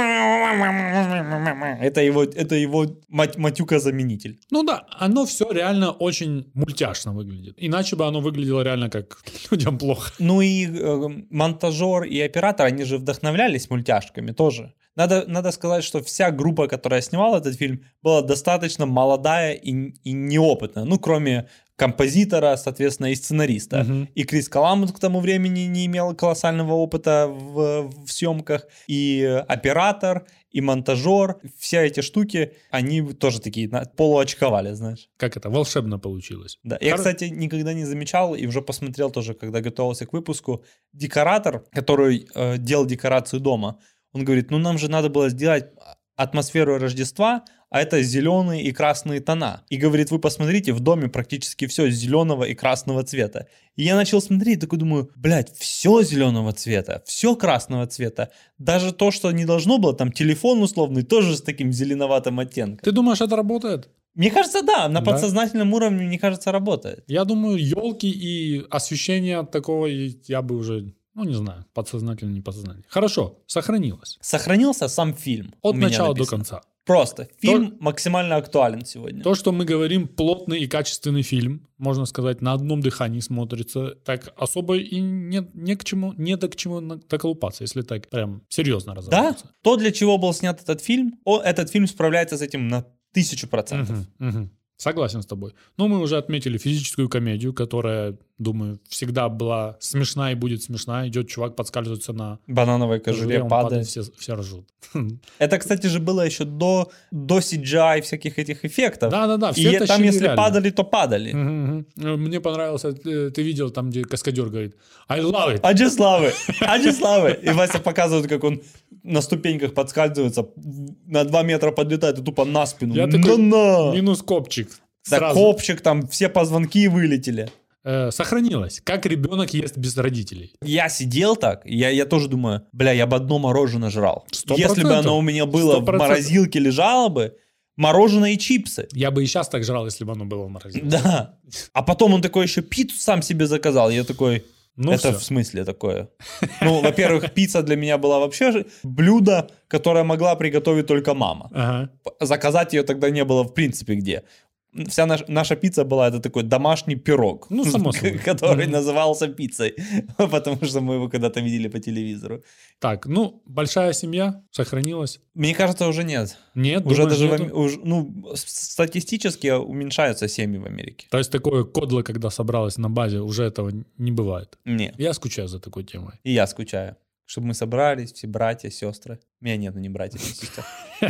Это его, это его мат- матюка-заменитель. Ну да, оно все реально очень мультяшно выглядит. Иначе бы оно выглядело реально как людям плохо. Ну и э, монтажер и оператор, они же вдохновлялись мультяшками тоже. Надо, надо сказать, что вся группа, которая снимала этот фильм, была достаточно молодая и, и неопытная. Ну, кроме композитора, соответственно, и сценариста. Мгм. И Крис Коламбус к тому времени не имел колоссального опыта в, в съемках. И оператор, и монтажер. Все эти штуки, они тоже такие на- полуочковали, знаешь. Как это, волшебно получилось. Да. Я, Хор- кстати, никогда не замечал и уже посмотрел тоже, когда готовился к выпуску. Декоратор, который э, делал декорацию дома, он говорит, ну нам же надо было сделать атмосферу Рождества, а это зеленые и красные тона. И говорит, вы посмотрите, в доме практически все зеленого и красного цвета. И я начал смотреть, такой думаю, блядь, все зеленого цвета, все красного цвета. Даже то, что не должно было, там телефон условный, тоже с таким зеленоватым оттенком. Ты думаешь, это работает? Мне кажется, да, на Да? подсознательном уровне, мне кажется, работает. Я думаю, елки и освещение такого и я бы уже, ну не знаю, подсознательно, не подсознательно. Хорошо, сохранилось. Сохранился сам фильм. От у меня начала до написано. конца. Просто фильм максимально актуален сегодня. То, что мы говорим, плотный и качественный фильм, можно сказать, на одном дыхании смотрится, так особо и не, не к чему, не до к чему на- доколупаться, если так прям серьезно Да, разобраться. то, для чего был снят этот фильм, о, этот фильм справляется с этим на тысячу процентов. Мгм, мгм. Согласен с тобой. Но мы уже отметили физическую комедию, которая, думаю, всегда была смешна и будет смешна. Идет чувак, подскальзывается на Банановой кожуре он падает. все, все ржут. Это, кстати же, было еще до, до си джи ай всяких этих эффектов. Да-да-да, все И е- там, тащили если реально. падали, то падали. Мгм, мгм. Мне понравилось, э, ты видел там, где каскадер говорит I love it. I just love it. I just love it. И Вася показывает, как он на ступеньках подскальзывается, на два метра подлетает и тупо на спину. Я такой, На-на! минус копчик. Да Сразу. копчик, там все позвонки вылетели. Э, сохранилось. Как ребенок ест без родителей. Я сидел так, я, я тоже думаю, бля, я бы одно мороженое жрал. Сто Если бы процентов. оно у меня было Сто в процентов. морозилке лежало бы, мороженое и чипсы. Я бы и сейчас так жрал, если бы оно было в морозилке. Да. А потом он такой еще пиццу сам себе заказал. Я такой, Ну это всё. в смысле такое? Ну, во-первых, пицца для меня была вообще же блюдо, которое могла приготовить только мама. Ага. Заказать ее тогда не было в принципе где. Вся наш- наша пицца была, это такой домашний пирог, Ну, само собой. который Мгм. назывался пиццей, потому что мы его когда-то видели по телевизору. Так, ну, большая семья сохранилась. Мне кажется, уже нет. Нет, Уже думаешь, даже в нету? Ам- уж- ну, с- статистически уменьшаются семьи в Америке. То есть такое кодло, когда собралось на базе, уже этого не бывает. Нет. Я скучаю за такой темой. И я скучаю. Чтобы мы собрались, все братья, сестры. Меня нет, ни братьев, ни сестер.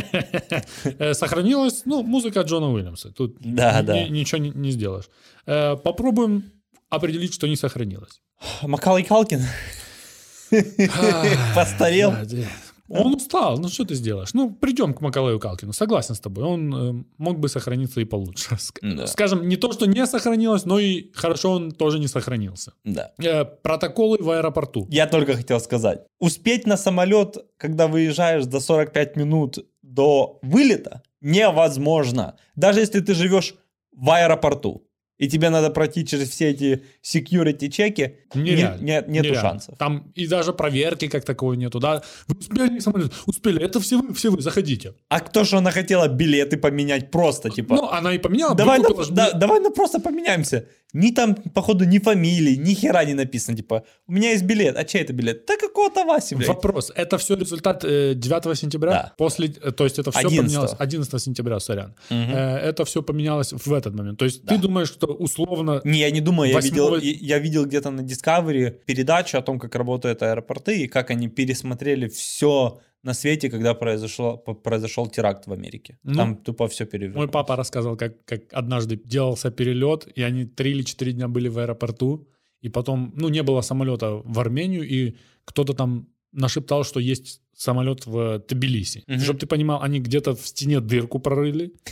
Э, Сохранилась, ну, музыка Джона Уильямса. Тут Да, ни- да. ни- ничего не, не сделаешь. Э, Попробуем определить, что не сохранилось. Макалей Калкин постарел. Да, да. Он устал, ну что ты сделаешь? Ну, придем к Макалею Калкину, согласен с тобой. Он э, мог бы сохраниться и получше. Ск- Да. Скажем, не то, что не сохранилось, но и хорошо он тоже не сохранился. Да. Э, Протоколы в аэропорту. Я только хотел сказать. Успеть на самолет, когда выезжаешь за сорок пять минут до вылета, невозможно. Даже если ты живешь в аэропорту, и тебе надо пройти через все эти security чеки, Нереально. не- не- нету Нереально. шансов. Там и даже проверки как таковой нету. Да? Вы успели самолет? Успели. Это все вы, все вы, заходите. А кто же она хотела билеты поменять просто, типа... Ну, она и поменяла. Давай, выкупила на, ж да- билет. давай ну просто поменяемся. Ни там, походу, ни фамилии, ни хера не написано. Типа, у меня есть билет. А чей это билет? Да какого-то Васи, блядь. Вопрос. Это все результат э, девятого сентября? Да. После, э, то есть это все одиннадцатого. поменялось одиннадцатого сентября, сорян. Мгм. Э, это все поменялось в этот момент. То есть Да. ты думаешь, что условно... Не, я не думаю, я Восьмого- видел, я я видел где-то на Discovery передачу о том, как работают аэропорты и как они пересмотрели все на свете, когда произошло, п- произошел теракт в Америке. Ну, Там тупо все перевернули. Мой папа рассказывал, как, как однажды делался перелет, и они три или четыре дня были в аэропорту, и потом, ну, не было самолета в Армению, и кто-то там нашептал, что есть самолет в Тбилиси. Мгм. Чтобы ты понимал, они где-то в стене дырку прорыли,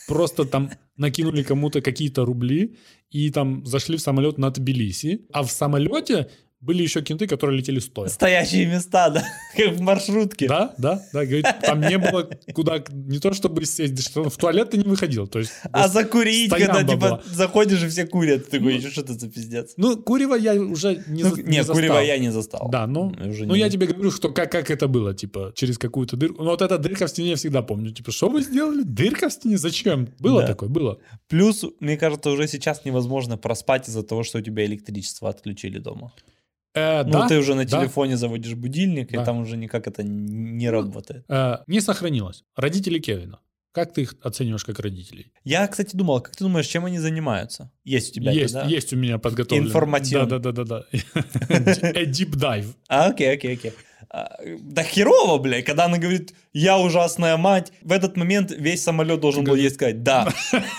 просто там накинули кому-то какие-то рубли и там зашли в самолет на Тбилиси, а в самолете были еще кенты, которые летели стоя. Стоящие места, да, как в маршрутке. Да, да, да, говорит, там не было куда, не то чтобы сесть, что в туалет ты не выходил. То есть, а закурить, когда типа была. заходишь и все курят, ты такой, ну, что это за пиздец? Ну, курево я уже не, ну, за, не нет, застал. курево я не застал. Да, ну, уже ну не... я тебе говорю, что как, как это было, типа, через какую-то дырку. Ну, вот эта дырка в стене я всегда помню. Типа, что вы сделали? Дырка в стене? Зачем? Было да. такое? Было. Плюс, мне кажется, уже сейчас невозможно проспать из-за того, что у тебя электричество отключили дома. Э, ну, да, ты уже на да. телефоне заводишь будильник, да. и там уже никак это не работает. Э, не сохранилось. Родители Кевина. Как ты их оцениваешь как родителей? Я, кстати, думал, как ты думаешь, чем они занимаются? Есть у тебя есть, это, да? Есть у меня подготовлено. Информативно. Да-да-да. A deep dive. А, окей, окей, окей. Да херово, бля, когда она говорит, я ужасная мать, в этот момент весь самолет должен был ей сказать, да.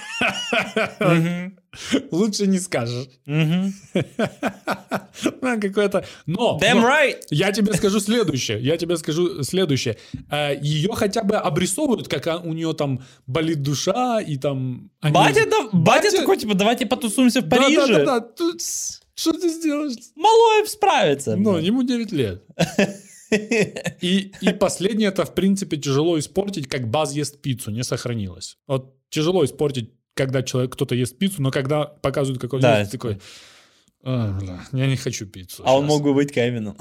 Лучше не скажешь. Какое-то... Но... Damn right! Я тебе скажу следующее. Я тебе скажу следующее. Ее хотя бы обрисовывают, как у нее там болит душа, и там... Батя, да, батя такой, типа, давайте потусуемся в Париже. Да-да-да, тут... Что ты сделаешь? Малоев справится. Ну, ему девять лет. И, и последнее, это, в принципе, тяжело испортить, как Баз ест пиццу, не сохранилось. Вот тяжело испортить, когда человек, кто-то ест пиццу, но когда показывают, какой да, он есть, такой, а, бля, я не хочу пиццу. А сейчас. он мог бы быть Кевином.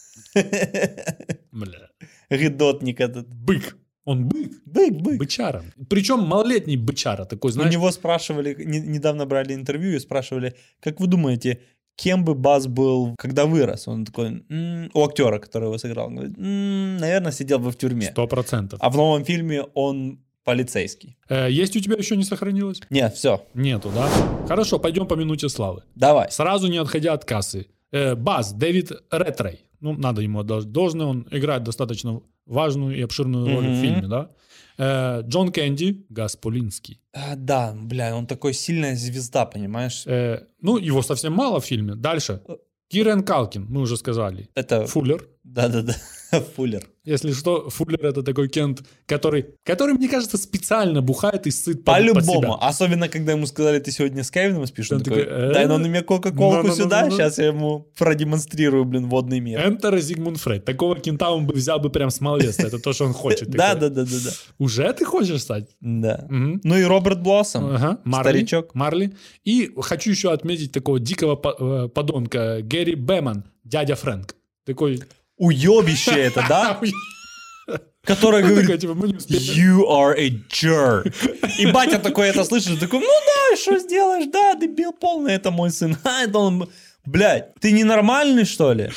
Бля. Гидотник этот. Бык. Он бык. Бык, бык. Бычара. Причем малолетний бычара. Такой, знаешь... У него спрашивали, не, недавно брали интервью и спрашивали, как вы думаете, кем бы Баз был, когда вырос? Он такой, м-м", у актера, который его сыграл, он говорит, м-м, наверное, сидел бы в тюрьме. Сто процентов. А в новом фильме он полицейский. Э, есть у тебя еще не сохранилось? Нет, все. Нету, да? Хорошо, пойдем по минуте славы. Давай. Сразу не отходя от кассы. Э, Баз, Дэвид Ретрей. Ну, надо ему отдать должное, он играет достаточно важную и обширную роль mm-hmm. в фильме, да? Э, Джон Кенди, Газ Полинский. А, да, бля, он такой сильная звезда, понимаешь? Э, ну, его совсем мало в фильме. Дальше. Кирен Калкин, мы уже сказали. Это... Фуллер. Да-да-да, Фуллер. Если что, Фуллер — это такой Кент, который, который, мне кажется, специально бухает и сыт под, По-любому. под себя. Особенно, когда ему сказали, ты сегодня с Кевином спишь, он, он такой, такой, дай ну на мне кока-колку сюда, сейчас я ему продемонстрирую, блин, водный мир. Enter Зигмунд Фрейд. Такого кента он бы взял бы прям с малолетства. Это то, что он хочет. Да-да-да-да. Уже ты хочешь стать? Да. Ну и Роберт Блоссом, старичок. Марли. И хочу еще отметить такого дикого подонка Гэри Бэмон, дядя Фрэнк. Такой... Уебище это, да? Который говорит, you are a jerk. И батя такой это слышит, такой, ну да, что сделаешь, да, дебил полный, это мой сын. А, это он, блядь, ты ненормальный, что ли?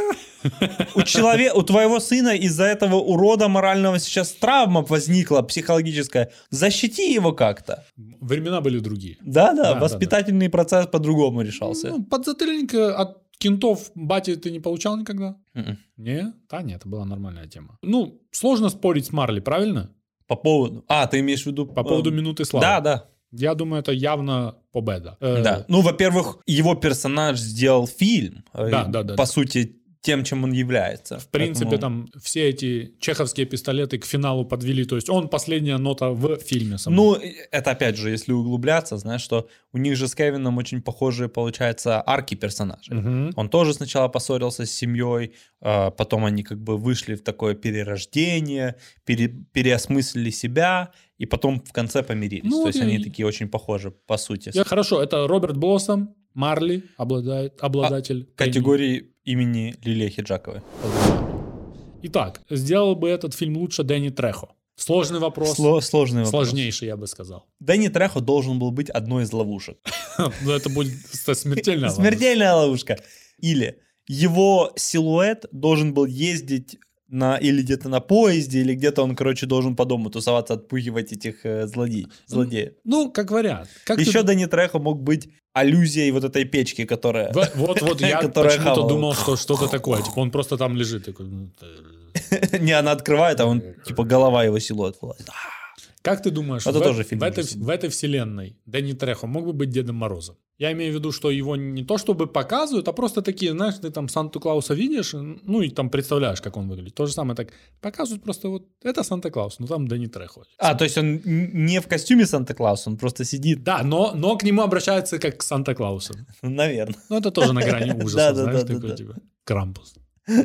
У человека, у твоего сына из-за этого урода морального сейчас травма возникла, психологическая. Защити его как-то. Времена были другие. Да-да, воспитательный процесс по-другому решался. Ну, подзатыльник от кентов бати ты не получал никогда? Mm-mm. Не? Да нет, это была нормальная тема. Ну, сложно спорить с Марли, правильно? По поводу... А, ты имеешь в виду... По поводу э... минуты славы. Да, да. Я думаю, это явно победа. Да. Ну, во-первых, его персонаж сделал фильм. Да, да, да. По сути, тем, чем он является. В принципе, там все эти чеховские пистолеты к финалу подвели. То есть он последняя нота в фильме самом. Ну, это опять же, если углубляться, знаешь, что у них же с Кевином очень похожие, получается, арки персонажей. Угу. Он тоже сначала поссорился с семьей, потом они как бы вышли в такое перерождение, пере, переосмыслили себя, и потом в конце помирились. Ну, То есть я... они такие очень похожи, по сути. Я... Хорошо, это Роберт Блоссом, Марли, обладает, обладатель... А, категории имени Лилии Ахеджаковой. Итак, сделал бы этот фильм лучше Дэнни Трехо? Сложный вопрос. Сло- сложный вопрос. Сложнейший, я бы сказал. Дэнни Трехо должен был быть одной из ловушек. Но это будет смертельная ловушка. Смертельная ловушка. Или его силуэт должен был ездить на, или где-то на поезде, или где-то он, короче, должен по дому тусоваться, отпугивать этих э, злодей, злодеев. Ну, как вариант. Как Еще ты... Дэнни Трехо мог быть аллюзией вот этой печки, которая... Вот, вот я почему-то думал, что что-то такое. Типа он просто там лежит. Такой... Не, она открывает, а он, типа, голова его силуэт вылазит. Как ты думаешь, это в, тоже фильм в, этой, в этой вселенной Дэнни Трехо мог бы быть Дедом Морозом? Я имею в виду, что его не то чтобы показывают, а просто такие, знаешь, ты там Санта-Клауса видишь, ну и там представляешь, как он выглядит. То же самое так показывают просто вот, это Санта-Клаус, но там Дэнни Трехо. А, то есть он не в костюме Санта-Клауса, он просто сидит. Да, но, но к нему обращаются как к Санта-Клаусу. Наверное. Ну это тоже на грани ужаса, знаешь, Да-да-да. такой типа Крампус.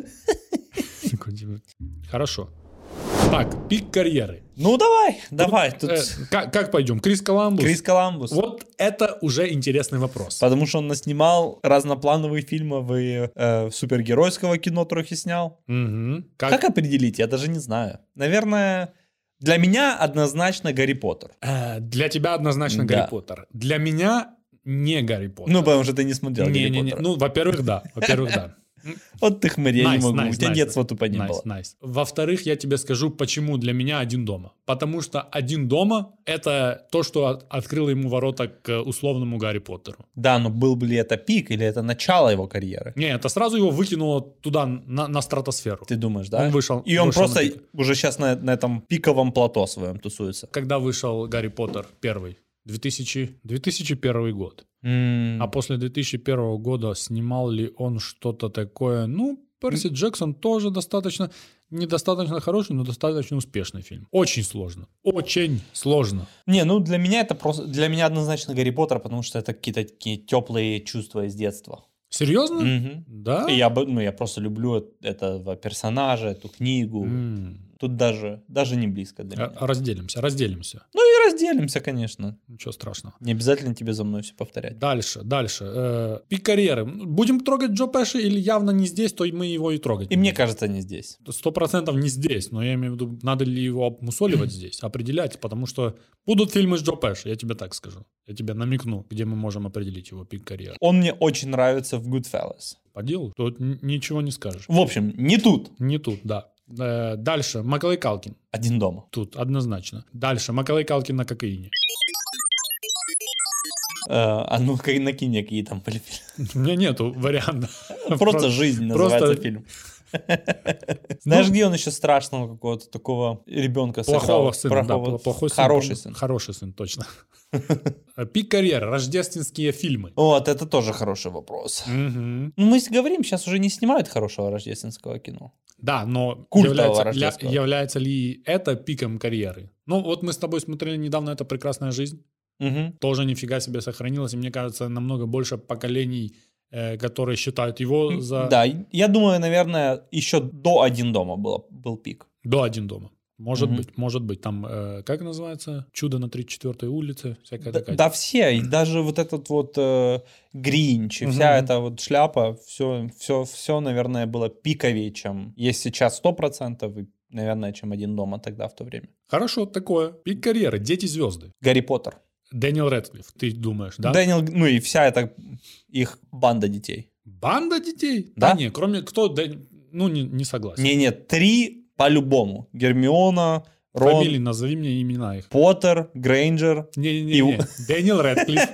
Такой типа, хорошо. Так, пик карьеры. Ну давай, давай. Тут... Э, как, как пойдем? Крис Коламбус? Крис Коламбус. Вот это уже интересный вопрос. Потому что он наснимал разноплановые фильмы и э, супергеройского кино трохи снял. Угу. Как... Как... как определить? Я даже не знаю. Наверное, для меня однозначно Гарри Поттер. Э, для тебя однозначно Да. Гарри Поттер. Для меня не Гарри Поттер. Ну, потому что ты не смотрел Гарри Не-не-не. Поттера. Ну, во-первых, да. Во-первых, да. Вот ты хмырь, я не Nice, могу. nice, У тебя nice. детства тупо не Nice, было. nice. Во-вторых, я тебе скажу, почему для меня «Один дома». Потому что «Один дома» — это то, что от- открыло ему ворота к условному Гарри Поттеру. Да, но был бы ли это пик или это начало его карьеры? Не, это сразу его выкинуло туда, на, на стратосферу. Ты думаешь, да? Он вышел- И он вышел просто на пик. уже сейчас на, на этом пиковом плато своем тусуется. Когда вышел Гарри Поттер первый? две тысячи, две тысячи первый год. М, А после две тысячи первого года снимал ли он что-то такое? Ну, Перси Джексон тоже достаточно, недостаточно хороший, но достаточно успешный фильм. Очень сложно. Очень сложно. Не, ну для меня это просто, для меня однозначно Гарри Поттер, потому что это какие-то такие теплые чувства из детства. Серьезно? Мгм. Да? И я, бы- ну, я просто люблю этого персонажа, эту книгу. М. Тут даже, даже не близко для меня. А- Разделимся, разделимся. Ну и разделимся, конечно. Ничего страшного. Не обязательно тебе за мной все повторять. Дальше, дальше. Э, пик карьеры. Будем трогать Джо Пэши или явно не здесь, то и мы его и трогать И не мне будем. кажется, не здесь. Сто процентов не здесь, но я имею в виду, надо ли его обмусоливать здесь, определять, потому что будут фильмы с Джо Пэши, я тебе так скажу. Я тебе намекну, где мы можем определить его пик карьеры. Он мне очень нравится в Goodfellas. По делу, тут н- ничего не скажешь. В общем, не тут. Не тут, да. Э, дальше, Маколей Калкин. Один дома. Тут, однозначно. Дальше, Маколей Калкин на кокаине. Э, а ну ка накинь, какие там были фильмы. У меня нету варианта. Просто «Жизнь» просто- называется фильм. Знаешь, где он еще страшного какого-то такого ребенка сыграл? Плохого сына, да, Плохого- пл- плохой сын. Хороший по-моему. сын. Хороший сын, точно. Пик карьеры, рождественские фильмы. Вот, это тоже хороший вопрос. Мгм. Ну, мы говорим, сейчас уже не снимают хорошего рождественского кино. Да, но Культового является, рождественского. ля- является ли это пиком карьеры? Ну, вот мы с тобой смотрели недавно «Это прекрасная жизнь». Мгм. Тоже нифига себе сохранилось. И мне кажется, намного больше поколений, э, которые считают его за... Да, я думаю, наверное, еще до «Один дома» было, был пик. До «Один дома». Может Мгм. быть, может быть. Там, э, как называется? «Чудо на тридцать четвёртой улице». Всякая Да, такая. да все, и даже вот этот вот э, Гринч, и вся Мгм. эта вот шляпа, все, все, все, наверное, было пиковее, чем есть сейчас сто процентов, и, наверное, чем «Один дома» тогда в то время. Хорошо, такое. Пик карьеры. Дети-звезды. Гарри Поттер. Дэниел Рэдклифф, ты думаешь, да? Дэниел, ну и вся эта их банда детей. Банда детей? Да. Да, не, кроме... Кто? Дэн- Ну, не, не согласен. Не-не, три по-любому. Гермиона, Рон, Фамилии назови мне имена их. Поттер, Грейнджер. Не-не-не. И- Дэниел Рэдклифф.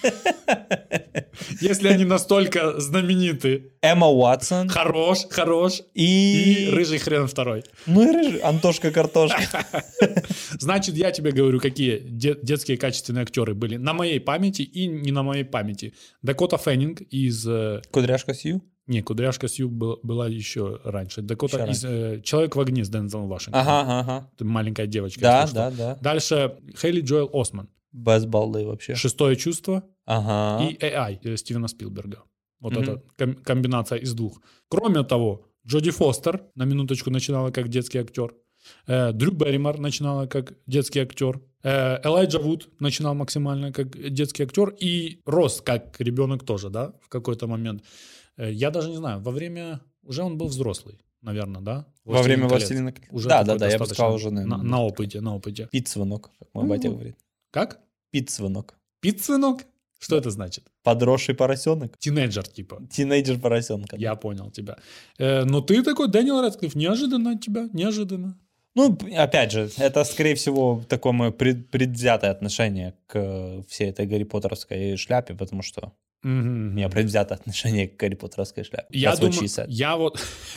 Если они настолько знамениты. Эмма Уотсон Хорош, хорош. и... И рыжий хрен второй. Ну и рыжий, Антошка Картошка. Значит, я тебе говорю, какие де- детские качественные актеры были на моей памяти и не на моей памяти. Дакота Феннинг из... э, Кудряшка Сью. Не, Кудряшка Сью был- была еще раньше. Дакота Еще из э, «Человек в огне» с Дензелом Вашингтоном. Ага, ага. Ты маленькая девочка. Да, если да, что. да. Дальше Хейли Джоэл Осман. Без балды вообще. «Шестое чувство» Ага. и «эй ай» э, Стивена Спилберга. Вот Мгм. это ком- комбинация из двух. Кроме того, Джоди Фостер на минуточку начинала как детский актер. Э, Дрю Берримор начинала как детский актер. Э, Элайджа Вуд начинал максимально как детский актер. И рос как ребенок тоже, да, в какой-то момент. Э, я даже не знаю, во время... Уже он был взрослый, наверное, да? Во время колец». «Властелина колец». Уже Да, такой да, да, я бы достаточно сказал уже, на, наверное. на опыте, на опыте. Пит-свинок, как мой батя говорит. Как? Пит-свинок. Пит-свинок? Что это значит? Подросший поросенок. Тинейджер, типа. Тинейджер поросенка. Я понял тебя. Э, но ты такой, Дэниел Рэдклифф, неожиданно от тебя, неожиданно. Ну, опять же, это, скорее всего, такое мое пред- предвзятое отношение к э, всей этой Гарри Поттеровской шляпе, потому что У меня предвзятое отношение к Гарри Поттеровской шляпе. Я думаю, я вот...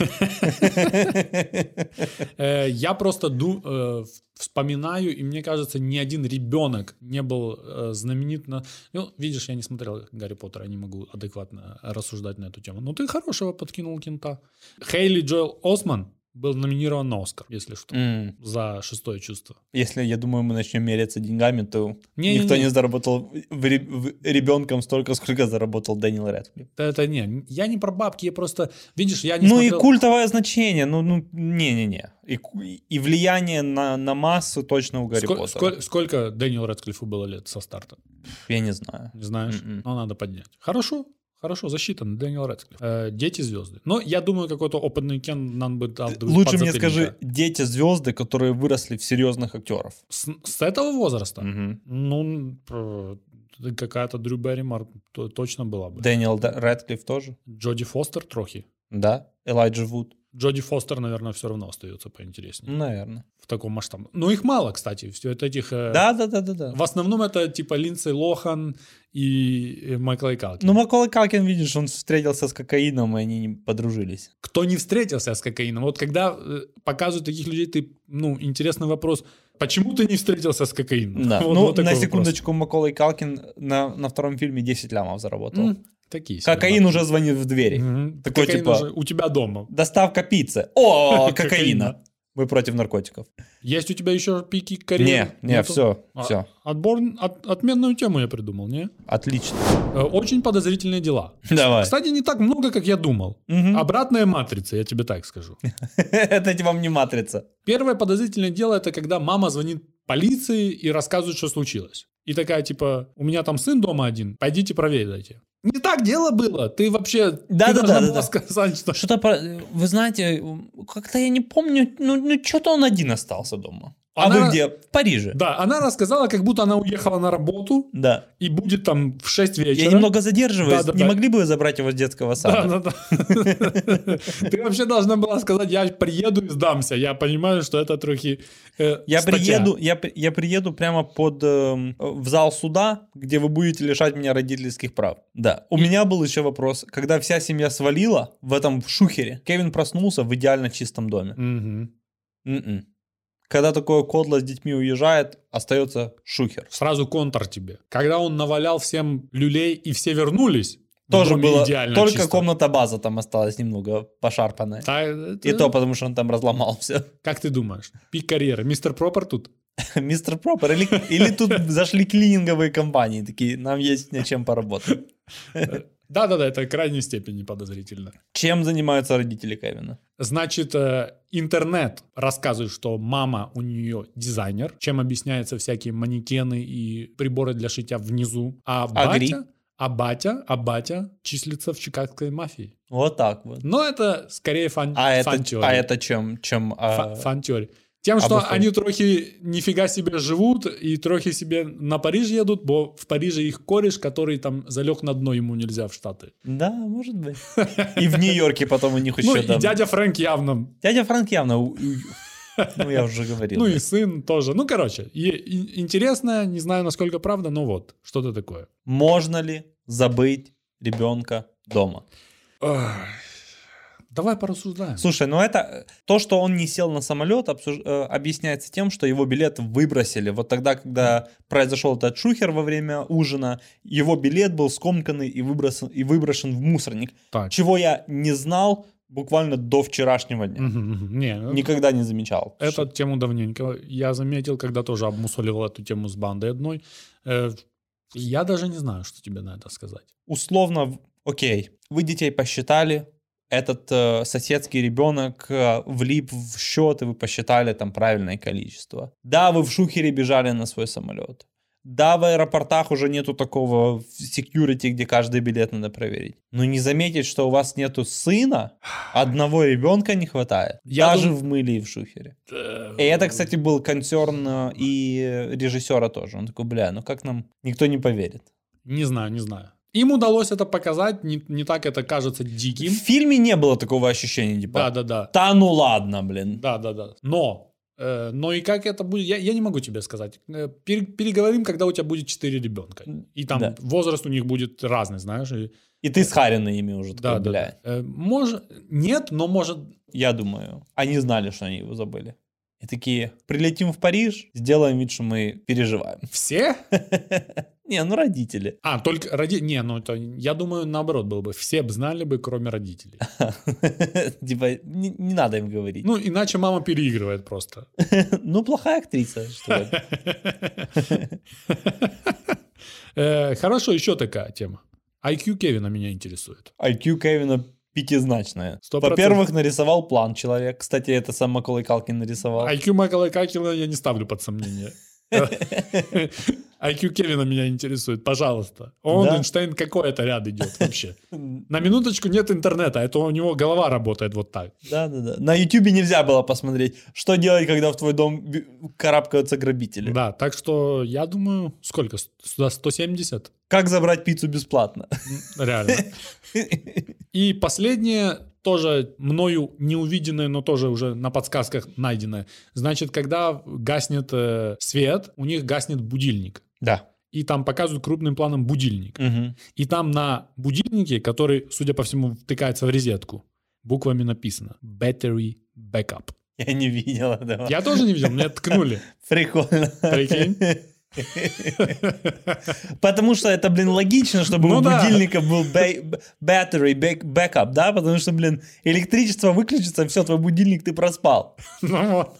Я просто вспоминаю, и мне кажется, ни один ребенок не был знаменит на... Ну, видишь, я не смотрел Гарри Поттера, не могу адекватно рассуждать на эту тему. Но ты хорошего подкинул кента. Хейли Джоэл Осман был номинирован на Оскар, если что, mm. за «Шестое чувство». Если, я думаю, мы начнем меряться деньгами, то не, никто не, не. не заработал в, в, ребенком столько, сколько заработал Дэниел Рэдклифф. Это не, я не про бабки, я просто, видишь, я не Ну смотрел... и культовое значение, ну, ну не-не-не. И, и влияние на, на массу точно у Гарри Сколь, Поттера. Сколь, сколько Дэниелу Рэдклиффу было лет со старта? Я не знаю. Не знаешь? Mm-mm. Ну, надо поднять. Хорошо. Хорошо, засчитан, Дэниел Рэдклифф. Э, дети-звезды. Но я думаю, какой-то опытный Кен нам бы дал... Лучше мне скажи, дети-звезды, которые выросли в серьезных актеров. С, с этого возраста? Mm-hmm. Ну, какая-то Дрю Берримор точно была бы. Дэниел Рэдклифф тоже? Джоди Фостер трохи. Да. Элайджа Вуд. Джоди Фостер, наверное, все равно остается поинтереснее. Наверное. В таком масштабе. Ну, их мало, кстати. Все это этих... Да, да, да, да, да. В основном это типа Линдсей Лохан и Маклай Калкин. Ну, Маклай Калкин, видишь, он встретился с кокаином, и они не подружились. Кто не встретился с кокаином? Вот когда показывают таких людей, ты, ну, интересный вопрос. Почему ты не встретился с кокаином? Да. Вот, ну, вот на вопрос. секундочку, Маклай Калкин на, на втором фильме десять лямов заработал. Mm. Такие кокаин себе, уже звонит в двери. Mm-hmm. Такой кокаин типа... уже у тебя дома. Доставка пиццы. О, кокаина. Мы против наркотиков. Есть у тебя еще пики карьеры? Не, не, Нету? все, а, все. Отбор, от, отменную тему я придумал, не? Отлично. Очень подозрительные дела. Давай. Кстати, не так много, как я думал. Угу. Обратная матрица, я тебе так скажу. Это вам не матрица. Первое подозрительное дело, это когда мама звонит полиции и рассказывает, что случилось. И такая, типа, у меня там сын дома один, пойдите проверяйте. Не так дело было. Ты вообще да, ты да, должна да, была да. сказать, что... Что-то, вы знаете, как-то я не помню, ну, ну что-то он один остался дома. А она... вы где? В Париже. Да, она рассказала, как будто она уехала на работу. Да. И будет там в шесть вечера. Я немного задерживаюсь. Да, да, не да. могли бы вы забрать его с детского сада? Да, да, да. Ты вообще должна была сказать, я приеду и сдамся. Я понимаю, что это трохи э, я статья. приеду, я, я приеду прямо под э, в зал суда, где вы будете лишать меня родительских прав. Да. У меня был еще вопрос. Когда вся семья свалила в этом шухере, Кевин проснулся в идеально чистом доме. Угу. Mm-mm. Когда такое кодло с детьми уезжает, остается шухер. Сразу контр тебе. Когда он навалял всем люлей и все вернулись, тоже было идеально только чисто. Комната база там осталась немного пошарпанная. Да, это... И то потому, что он там разломал все. Как ты думаешь? Пик карьеры. Мистер Пропер тут? Мистер Пропер? Или, или тут зашли клининговые компании, такие, нам есть над чем поработать. Да-да-да, это в крайней степени подозрительно. Чем занимаются родители Кевина? Значит, интернет рассказывает, что мама у нее дизайнер, чем объясняются всякие манекены и приборы для шитья внизу. А батя, а батя, а батя числится в чикагской мафии. Вот так вот. Но это скорее фан, а фан-теория. Это, а это чем? чем а... Фан-теория. Тем, что обустроить. Они трохи нифига себе живут и трохи себе на Париж едут, бо в Париже их кореш, который там залег на дно, ему нельзя в Штаты. Да, может быть. И в Нью-Йорке потом у них еще Ну там... и дядя Фрэнк явно. Дядя Фрэнк явно... Ну, я уже говорил. Ну и сын тоже. Ну, короче, интересно, не знаю, насколько правда, но вот, что-то такое. Можно ли забыть ребенка дома? Давай порассуждаем. Слушай, ну это... То, что он не сел на самолет, обсуж... объясняется тем, что его билет выбросили. Вот тогда, когда произошел этот шухер во время ужина, его билет был скомканный и выброsen, и выброшен в мусорник. Так. Чего я не знал буквально до вчерашнего дня. Угу, угу. Не, Никогда не замечал. Эту что... тему давненько я заметил, когда тоже обмусоливал эту тему с бандой одной. Я даже не знаю, что тебе на это сказать. Условно, окей, вы детей посчитали, этот э, соседский ребенок э, влип в счет, и вы посчитали там правильное количество. Да, вы в шухере бежали на свой самолет. Да, в аэропортах уже нету такого security, где каждый билет надо проверить. Но не заметить, что у вас нету сына, одного ребенка не хватает. Я даже дум... в мыле и в шухере. И это, кстати, был консерн и режиссера тоже. Он такой, бля, ну как нам никто не поверит? Не знаю, не знаю. Им удалось это показать, не, не так это кажется диким. В фильме не было такого ощущения, типа, да-да-да. Да ну ладно, блин. Да-да-да. Но Э, но и как это будет, я, я не могу тебе сказать. Э, пер, переговорим, когда у тебя будет четыре ребенка. И там Да. возраст у них будет разный, знаешь. И, И ты схаренный ими уже. да, такой, да, бля. да. Э, может, нет, но может... Я думаю, они знали, что они его забыли. И такие, прилетим в Париж, сделаем вид, что мы переживаем. Все? Не, ну родители. А, только роди... Не, ну это, я думаю, наоборот было бы. Все бы знали бы, кроме родителей. Типа, не, не надо им говорить. Ну, иначе мама переигрывает просто. Ну, плохая актриса. Что это? Э, Хорошо, еще такая тема. ай кью Кевина меня интересует. ай кью Кевина пятизначное. Сто процентов. Во-первых, нарисовал план человек. Кстати, это сам Маколей Калкин нарисовал. ай кью Маколея Калкина я не ставлю под сомнение. ай кью Кевина меня интересует, пожалуйста. Он, Да? Эйнштейн, какой это ряд идет вообще? На минуточку нет интернета, это у него голова работает вот так. Да-да-да. На Ютубе нельзя было посмотреть, что делать, когда в твой дом б- карабкаются грабители. Да, так что я думаю, сколько? Сюда сто семьдесят? Как забрать пиццу бесплатно. Реально. И последнее, тоже мною не увиденное, но тоже уже на подсказках найденное. Значит, когда гаснет э, свет, у них гаснет будильник. Да. И там показывают крупным планом будильник. Мгм. И там на будильнике, который, судя по всему, втыкается в розетку, буквами написано «Battery Backup». Я не видел этого. Я тоже не видел, меня ткнули. Прикольно. Прикинь? Потому что это, блин, логично, чтобы Ну у да. будильника был ба- battery back- backup, да? Потому что, блин, электричество выключится, все, твой будильник ты проспал. Ну вот.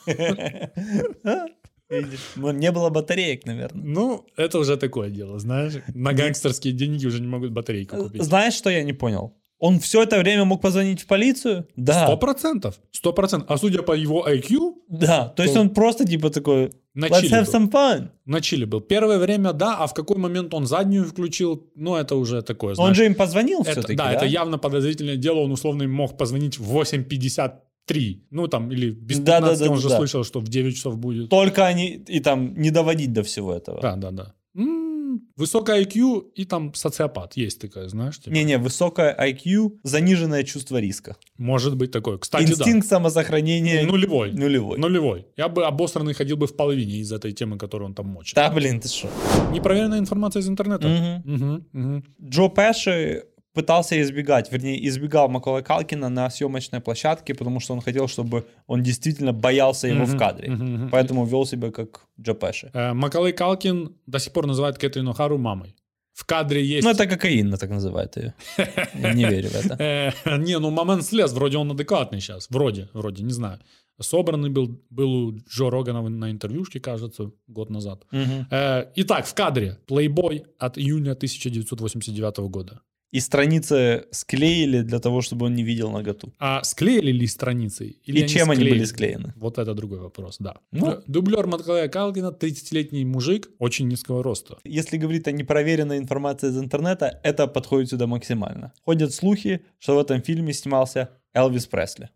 Видишь? Ну, не было батареек, наверное. Ну, это уже такое дело, знаешь. На гангстерские деньги уже не могут батарейку купить. Знаешь, что я не понял? Он все это время мог позвонить в полицию? Да. Сто процентов. Сто процентов. А судя по его ай кью, Да, то есть То- он просто типа такой, на let's чили have был. some fun. На чили был. Первое время, да, а в какой момент он заднюю включил, ну, это уже такое, Он знаешь. же им позвонил это, все-таки, да, это явно подозрительное дело. Он условно им мог позвонить в восемь пятьдесят три. Ну, там, или без Да, да, пятнадцати, да, он да, же да. слышал, что в девять часов будет. Только они, и там, не доводить до всего этого. Да, да, да. М, Высокое ай кью и там социопат. Есть такая, знаешь? типа. Не-не, высокое ай кью, заниженное чувство риска. Может быть такое. Кстати, Инстинкт да. самосохранения Нулевой. нулевой. Нулевой. Я бы обосранный ходил бы в половине из этой темы, которую он там мочит. Да, блин, ты что? Непроверенная информация из интернета. Мгм. Мгм, мгм. Джо Пеши пытался избегать, вернее, избегал Маколея Калкина на съемочной площадке, потому что он хотел, чтобы он действительно боялся его в Мгм, кадре. мгм, мгм. Поэтому вел себя как Джо Пеши. Э, Маколей Калкин до сих пор называет Кэтрин О'Хару мамой. В кадре есть... Ну, это кокаин, так называют ее. Я не верю в это. Э, Не, ну момент слез, вроде он адекватный сейчас. Вроде, вроде, не знаю. Собранный был, был у Джо Рогана на интервьюшке, кажется, год назад. Мгм. Э, Итак, в кадре Playboy от июня тысяча девятьсот восемьдесят девятого года. И страницы склеили для того, чтобы он не видел наготу. А склеили ли страницы? Или И чем они склеили? были склеены? Вот это другой вопрос, да. Ну. Ду- Дублер Маколея Калкина, тридцатилетний мужик, очень низкого роста. Если говорить о непроверенной информации из интернета, это подходит сюда максимально. Ходят слухи, что в этом фильме снимался Элвис Пресли.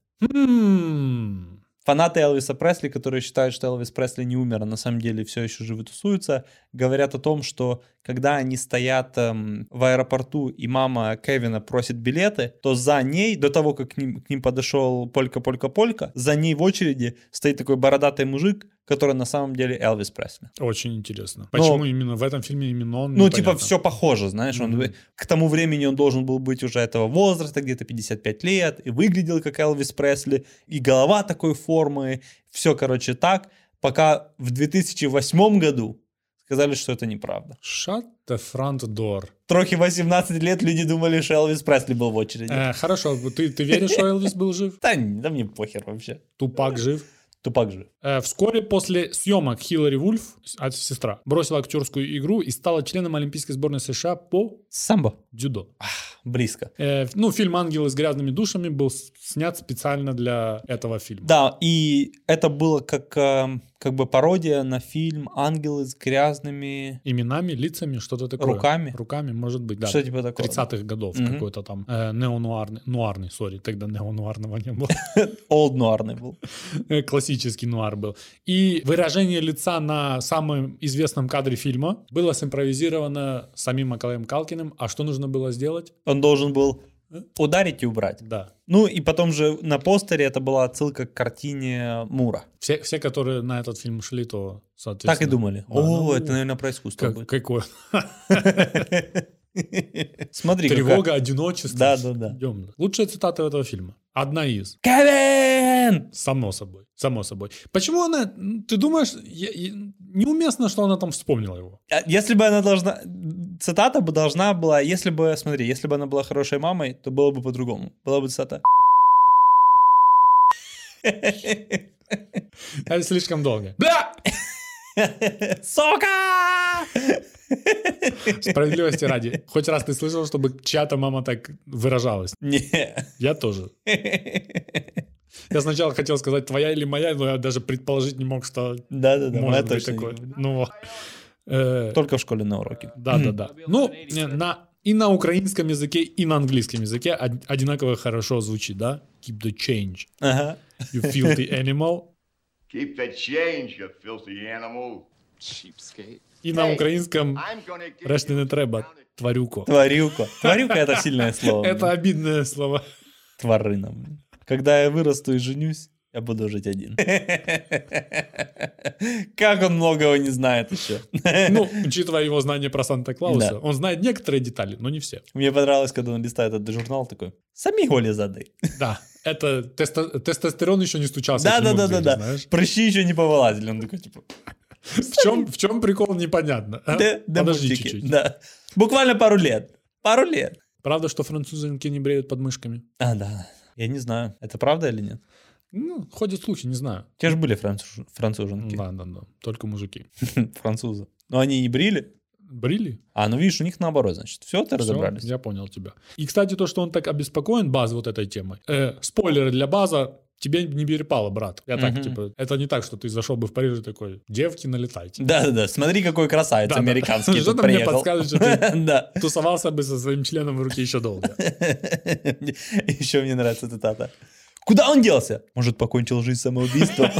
М, Фанаты Элвиса Пресли, которые считают, что Элвис Пресли не умер, а на самом деле все еще жив и тусуется, говорят о том, что когда они стоят эм, в аэропорту и мама Кевина просит билеты, то за ней, до того, как к ним, к ним подошел Полька-Полька-Полька, за ней в очереди стоит такой бородатый мужик, который на самом деле Элвис Пресли. Очень интересно. Почему именно в этом фильме именно он? Ну, непонятно. типа, все похоже, знаешь. Он, Мгм. к тому времени он должен был быть уже этого возраста, где-то пятьдесят пять лет, и выглядел как Элвис Пресли, и голова такой формы. Все, короче, так, пока в две тысячи восьмом году сказали, что это неправда. Shut the front door. Трохи восемнадцать лет люди думали, что Элвис Пресли был в очереди. Э, хорошо, ты, ты веришь, что Элвис был жив? Да, н- да мне похер вообще. Тупак жив? Тупак жив. Э, Вскоре после съемок Хиллари Вульф, а, сестра, бросила актерскую игру и стала членом Олимпийской сборной США по Самбо. дзюдо. Близко. Э, Ну, фильм «Ангелы с грязными душами» был с- снят специально для этого фильма. Да, и это было как, эм, как бы пародия на фильм «Ангелы с грязными Именами, лицами, что-то такое. руками». Руками, может быть, да. Что типа такого. тридцатых годов Мгм. какой-то там э, неонуарный, нуарный, сори, тогда неонуарного не было. Олд нуарный был. Э, Классический нуар был. И выражение лица на самом известном кадре фильма было симпровизировано самим Маколеем Калкиным. А что нужно было сделать? Он должен был Ударить и убрать. Да. Ну и потом же на постере это была отсылка к картине Мура. Все, все, которые на этот фильм шли, то, соответственно... Так и думали. А, О, ну, это, наверное, про искусство как, будет. какое? Смотри, Тревога, какая... одиночество. Да, да, да. Идем. Лучшая цитата этого фильма. Одна из. Кевин! Само собой. Само собой. Почему она... Ты думаешь, я- я- неуместно, что она там вспомнила его? А Если бы она должна... Цитата бы должна была... Если бы, смотри, если бы она была хорошей мамой, то было бы по-другому. Была бы цитата... Это слишком долго. Бля! Сука! Справедливости ради. Хоть раз ты слышал, чтобы чья-то мама так выражалась? Не. Я тоже. Я сначала хотел сказать твоя или моя, но я даже предположить не мог, что Да-да-да, моя может быть точно не такое. говорю. Ну, вот. Э, Только в школе на уроке. Да, да, да. Ну, э, на, и на украинском языке, и на английском языке од- одинаково хорошо звучит, да? Keep the change. Ага. You filthy animal. Keep the change, you filthy animal. Cheapskate. И на украинском I'm gonna give решти не you треба, тварюко. Тварюка. Тварюка — это сильное слово. Это обидное слово. Тварына. Когда я вырасту и женюсь, я буду жить один. Как он многого не знает еще. Ну, учитывая его знание про Санта-Клауса, Да. он знает некоторые детали, но не все. Мне понравилось, когда он листает этот журнал такой. Сами голи задай. Да, это тесто- тестостерон еще не стучался. к Да, да, нему в да, да, дверь, да. знаешь. Прыщи еще не повылазили. Он такой, типа, В чем, в чем прикол, непонятно. А? да, да, Подожди мультики. чуть-чуть. Да. Буквально пару лет. Пару лет. Правда, что французенки не бреют подмышками? А, да. Я не знаю, это правда или нет? Ну, ходят слухи, не знаю. Те же были француз- француженки. Да, да, да. Только мужики. Французы. Но они не брили. Брили? А, ну видишь, у них наоборот, значит. Все, ты Всё, разобрались. я понял тебя. И, кстати, то, что он так обеспокоен, Баз, вот этой темой. Э, спойлеры для База. Тебе не перепало, брат. Я так, Мгм. типа, это не так, что ты зашел бы в Париж и такой, девки, налетайте. Да-да-да, смотри, какой красавец Да-да. американский Что-то тут мне приехал. подсказывает, что ты Да. тусовался бы со своим членом в руке еще долго. Еще мне нравится цитата. Куда он делся? Может, покончил жизнь самоубийством?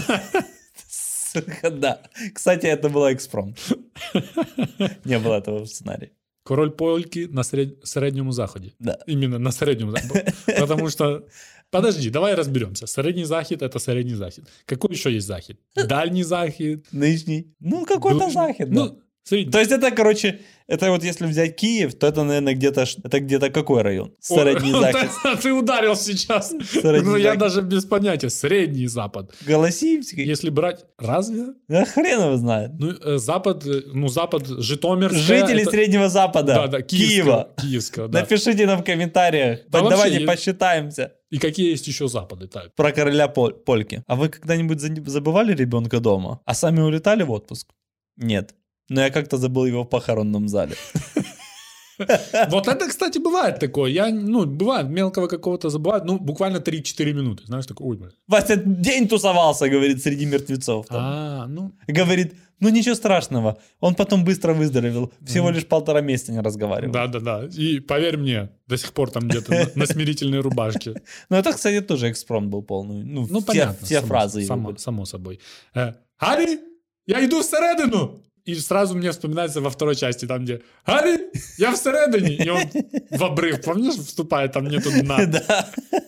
Да. Кстати, это было экспромт. Не было этого в сценарии. Король польки на сред- середньому заході. Да. Именно на середньому заході. Потому что... Подожди, давай разберемся. Средний захід — это средний захід. Какой еще есть захід? Дальний захід? Нижний. Ну, какой-то Ближний? захід, да. Ну, средний. То есть это, короче, это вот если взять Киев, то это, наверное, где-то, ш- это где-то какой район? Средний О, захід. Ты, ты ударил сейчас. Средний Ну, я захід. даже без понятия. Средний запад. Голосиевский? Если брать... Разве? Да хрен его знает. Ну, э, запад, э, ну, запад, Житомирская... Жители это- Среднего Запада, Да, да, Киевского. Киева. Киевского, да. Напишите нам в комментариях. Да Давайте вообще, я- посчитаемся. И какие есть еще запады, так? Про короля пол- польки. А вы когда-нибудь за- забывали ребенка дома? А сами улетали в отпуск? Нет. Но я как-то забыл его в похоронном зале. Вот это, кстати, бывает такое. Я, ну, бывает, мелкого какого-то забывают, ну, буквально три-четыре минуты. Знаешь, такой, ой, блин. Вася день тусовался, говорит, среди мертвецов. там. А, ну, Говорит, ну ничего страшного. Он потом быстро выздоровел. Всего Мгм. лишь полтора месяца не разговаривал. да-да-да. И поверь мне, до сих пор там где-то на, на смирительной рубашке. Ну это, кстати, тоже экспромт был полный. Ну, Ну, все, понятно. все само, фразы его само, были. само собой. Э, Гарри, я иду всередину! И сразу мне вспоминается во второй части, там, где «Гарри, я всередине!» И он в обрыв, помнишь, вступает, там нету дна. Да.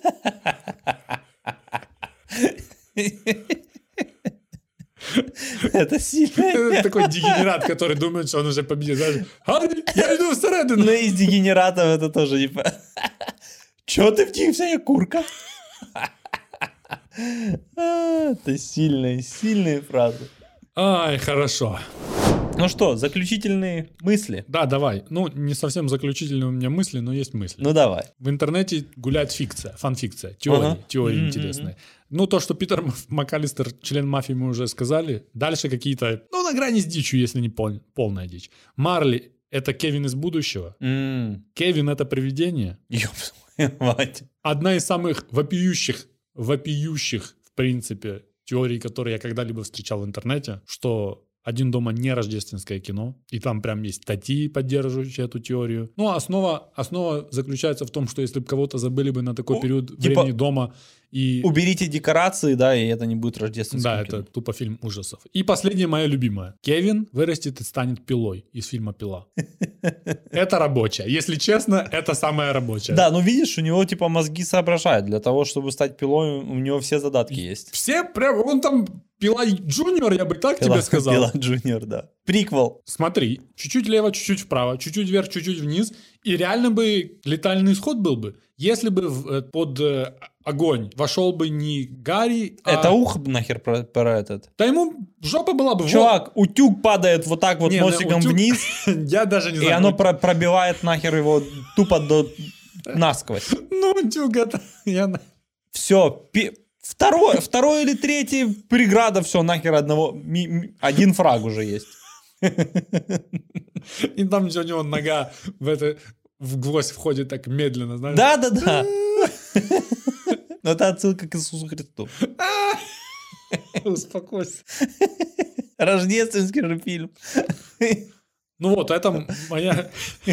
Это сильно. Это такой дегенерат, который думает, что он уже победил. Знаешь, «Гарри, я иду всередину!» Ну, из дегенератов это тоже не... по- Чё ты втихся, я курка? А, Это сильные, сильные фразы. Ай, хорошо. Ну что, заключительные мысли? Да, давай. Ну, не совсем заключительные у меня мысли, но есть мысли. Ну давай. В интернете гуляет фикция, фан-фикция, теории, Ага. теории Мгм, интересные. Ну, то, что Питер М- МакАлистер, член мафии, мы уже сказали. Дальше какие-то, ну, на грани с дичью, если не пол- полная дичь. Марли — это Кевин из будущего. М, Кевин — это привидение. ёб твою мать. Одна из самых вопиющих, вопиющих, в принципе, теорий, которые я когда-либо встречал в интернете, что «Один дома» не рождественское кино, и там прям есть статьи, поддерживающие эту теорию. Ну, основа, основа заключается в том, что если бы кого-то забыли бы на такой Ну, период типа, времени дома, и... Уберите декорации, да, и это не будет рождественским Да, кино. это тупо фильм ужасов. И последнее мое любимое. Кевин вырастет и станет пилой из фильма «Пила». Это рабочая. Если честно, это самая рабочая. Да, ну видишь, у него типа мозги соображают. Для того, чтобы стать пилой, у него все задатки есть. Все прям, он там Пила Джуниор, я бы так Пила, тебе сказал. Пила Джуниор, да. Приквел. Смотри, чуть-чуть лево, чуть-чуть вправо, чуть-чуть вверх, чуть-чуть вниз, и реально бы летальный исход был бы, если бы в, э, под э, огонь вошел бы не Гарри, а... Это ухо нахер про, про этот. Да ему жопа была бы... Чувак, утюг падает вот так вот Не, ну, носиком утюг- вниз, Я даже не и знаю. оно про- пробивает нахер его тупо до насквозь. Ну, утюг это... Я... на- Все, второй, второй или третий преграда, все, нахер одного, ми- ми- один фраг уже есть. И там у него нога в, это, в гвоздь входит так медленно, знаешь? Да-да-да. Но это отсылка к Иисусу Христу. Успокойся. Рождественский же фильм. Ну вот, это моя...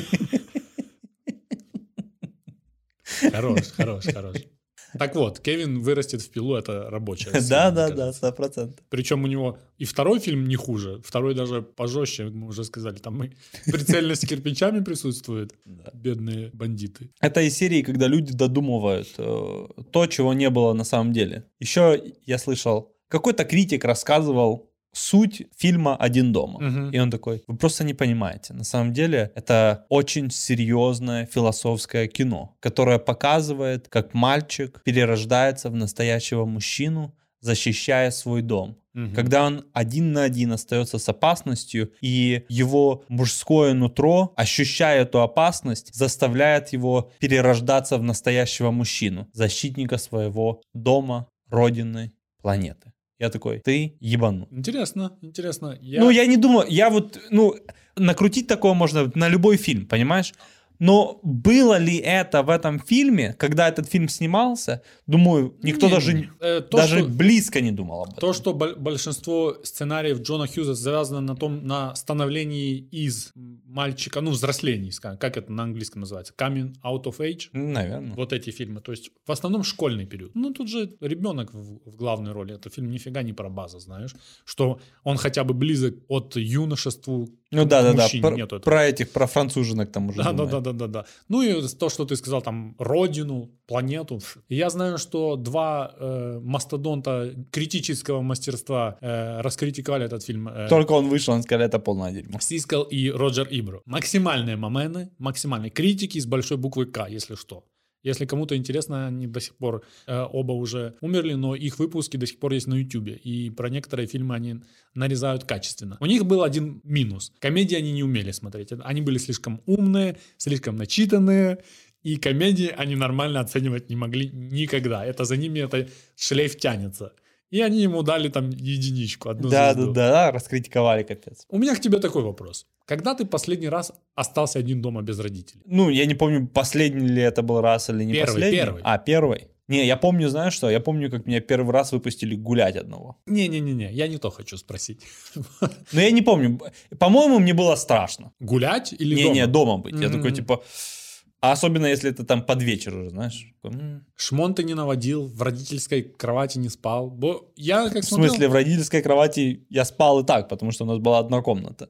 Хорош, хорош, хорош. Так вот, Кевин вырастет в пилу, это рабочая сцена, мне Да-да-да, кажется. сто процентов. Причем у него и второй фильм не хуже, второй даже пожестче, мы уже сказали, там и прицельность кирпичами присутствует, бедные бандиты. Это из серии, когда люди додумывают э, то, чего не было на самом деле. Еще я слышал, какой-то критик рассказывал суть фильма «Один дома». Мгм. И он такой, вы просто не понимаете. На самом деле это очень серьезное философское кино, которое показывает, как мальчик перерождается в настоящего мужчину, защищая свой дом. Мгм. Когда он один на один остается с опасностью, и его мужское нутро, ощущая эту опасность, заставляет его перерождаться в настоящего мужчину, защитника своего дома, родины, планеты. Я такой, ты ебанут. Интересно, интересно. Я... Ну, я не думаю, я вот, ну, накрутить такого можно на любой фильм, понимаешь? Но было ли это в этом фильме, когда этот фильм снимался? Думаю, никто Не, даже, не. Э, то, даже что- близко не думал об этом. То, что боль- большинство сценариев Джона Хьюза завязано на том, на становлении из мальчика, ну, взрослений, скажем, как это на английском называется, coming out of age, Наверное. вот эти фильмы, то есть в основном школьный период. Ну, тут же ребенок в, в главной роли, это фильм нифига не про базу, знаешь, что он хотя бы близок от юношеству Ну к да, да, да. мужчине, Про, нету этого. про этих, про француженок там уже. Да, да, думают. да, да, да, да. Ну и то, что ты сказал, там, родину, планету. И я знаю, что два э, мастодонта критического мастерства э, раскритиковали этот фильм. Э, Только он вышел, он сказал, это полное дерьмо. Сискал и Роджер Ибро. Максимальные моменты, максимальные критики с большой буквы К, если что. Если кому-то интересно, они до сих пор э, оба уже умерли, но их выпуски до сих пор есть на Ютубе. И про некоторые фильмы они нарезают качественно. У них был один минус. Комедии они не умели смотреть. Они были слишком умные, слишком начитанные. И комедии они нормально оценивать не могли никогда. Это за ними это шлейф тянется. И они ему дали там единичку, одну Да, да, звезду. да, раскритиковали капец. У меня к тебе такой вопрос. Когда ты последний раз остался один дома без родителей? Ну, я не помню, последний ли это был раз или не Первый, последний. первый. А, первый. Не, я помню, знаешь что? Я помню, как меня первый раз выпустили гулять одного. Не-не-не, я не то хочу спросить. Но я не помню. По-моему, мне было страшно. Гулять или Не, дома? не, дома быть. Я Мгм. такой, типа... А особенно, если это там под вечер уже, знаешь. Такой, м. Шмон ты не наводил, в родительской кровати не спал. Бо я как В смотрел... смысле, в родительской кровати я спал и так, потому что у нас была одна комната.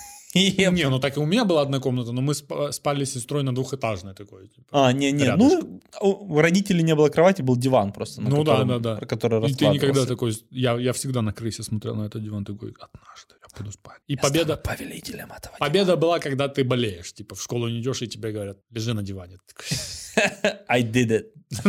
И я- Не, ну так и у меня была одна комната, но мы спа- спали с сестрой на двухэтажной такой. Типа. А, не-не, Рядышком. ну, у родителей не было кровати, был диван просто. на Ну да, котором- да, да. про который И ты раскладывался. никогда такой... Я, я всегда на крысе смотрел на этот диван, такой, однажды я буду спать. И Я победа... стану повелителем этого Победа была, когда ты болеешь. Типа в школу не идешь, и тебе говорят, лежи на диване. Ты такой, I did it.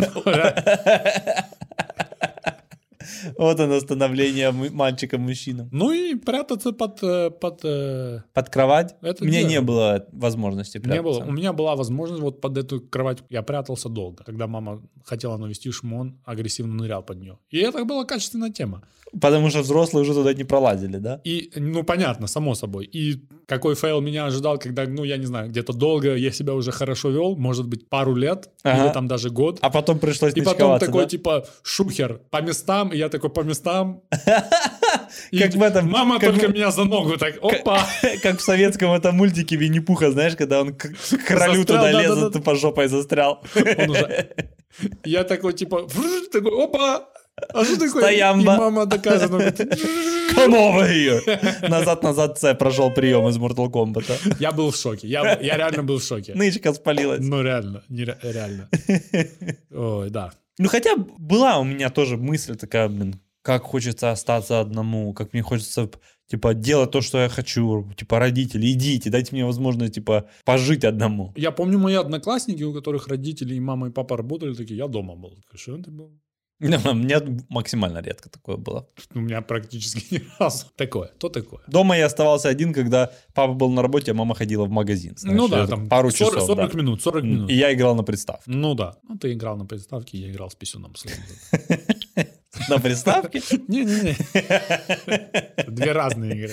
Вот оно, становление м- мальчиком-мужчином. Ну и прятаться под... э, под э, Под кровать? Это У меня дело. не было возможности не прятаться. было. У меня была возможность вот под эту кровать. Я прятался долго. Когда мама хотела навести шмон, агрессивно нырял под нее. И это была качественная тема. Потому что взрослые уже туда не пролазили, да? И, ну, понятно, само собой. И какой фейл меня ожидал, когда, ну, я не знаю, где-то долго я себя уже хорошо вел, может быть, пару лет, Ага. или там даже год. А потом пришлось И потом ночковаться, такой, да? типа, шухер по местам, и я такой, по местам. Как в этом... Мама как только в- меня за ногу так, опа. Как в советском этом мультике Винни-Пуха, знаешь, когда он к к королю Застрял, туда да-да-да. лезет, тупо жопой застрял. Он уже... Я такой, типа, «Вррр», такой, опа. А что такое? Стоямба. И мама такая за ногу. Come over here. Назад-назад С прошел прием из Mortal Kombat. Я был в шоке. Я, я реально был в шоке. Нычка спалилась. Ну, реально. нере- Реально. Ой, да. Ну, хотя была у меня тоже мысль такая, блин, как хочется остаться одному, как мне хочется, типа, делать то, что я хочу, типа, родители, идите, дайте мне возможность, типа, пожить одному. Я помню, мои одноклассники, у которых родители и мама, и папа работали, такие, я дома был. Такой, что ты был? Ну, у меня максимально редко такое было. У меня практически ни разу. Такое, то такое. Дома я оставался один, когда папа был на работе, а мама ходила в магазин. знаешь, Ну да, это там пару сорок, часов. сорок да. минут, сорок минут. И я играл на приставке. Ну да. Ну ты играл на приставке, я играл с писюном своим. На приставке? Не-не-не. Две разные игры.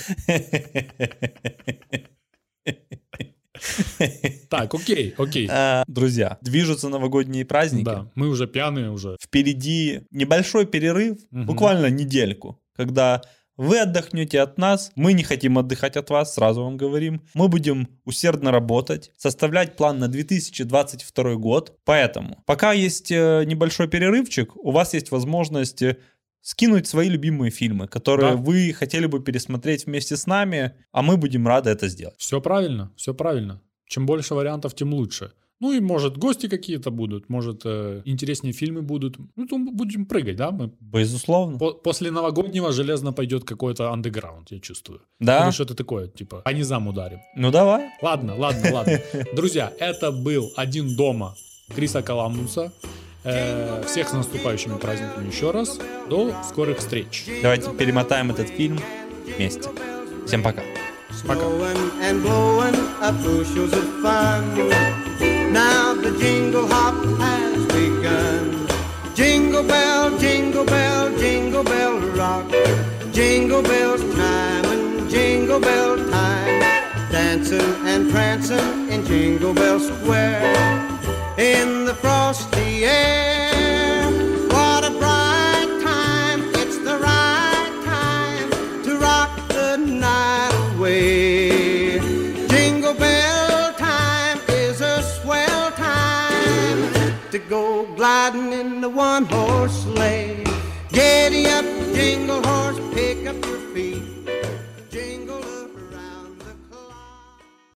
Так, окей, окей. А, Друзья, движутся новогодние праздники. Да, мы уже пьяные уже. Впереди небольшой перерыв, Мгм. буквально недельку, когда вы отдохнете от нас, мы не хотим отдыхать от вас, сразу вам говорим. Мы будем усердно работать, составлять план на две тысячи двадцать второй год. Поэтому, пока есть э, небольшой перерывчик, у вас есть возможность э, скинуть свои любимые фильмы, которые Да. вы хотели бы пересмотреть вместе с нами, а мы будем рады это сделать. Все правильно, все правильно. Чем больше вариантов, тем лучше. Ну и, может, гости какие-то будут, может, э, интереснее фильмы будут. Ну, то мы будем прыгать, да? Мы Безусловно. по- после новогоднего железно пойдет какой-то андеграунд, я чувствую. Да? Или что-то такое, типа, а не зам ударим. Ну давай. Ладно, ладно, ладно. Друзья, это был «Один дома» Криса Коламбуса. Э, Всех с наступающими праздниками еще раз. До скорых встреч. Давайте перемотаем этот фильм вместе. Всем пока. Пока. Blowing and blowing up bushels of fun. Now the jingle hop has begun. Jingle bell, jingle bell, jingle bell rock. Jingle bells time and jingle bell time. Dancing and prancing in Jingle Bell Square. In the frosty air. What a bright time. It's the right time to rock the night away. Jingle bell time is a swell time to go gliding in the one horse sleigh. Giddy up, jingle horse, pick up your feet.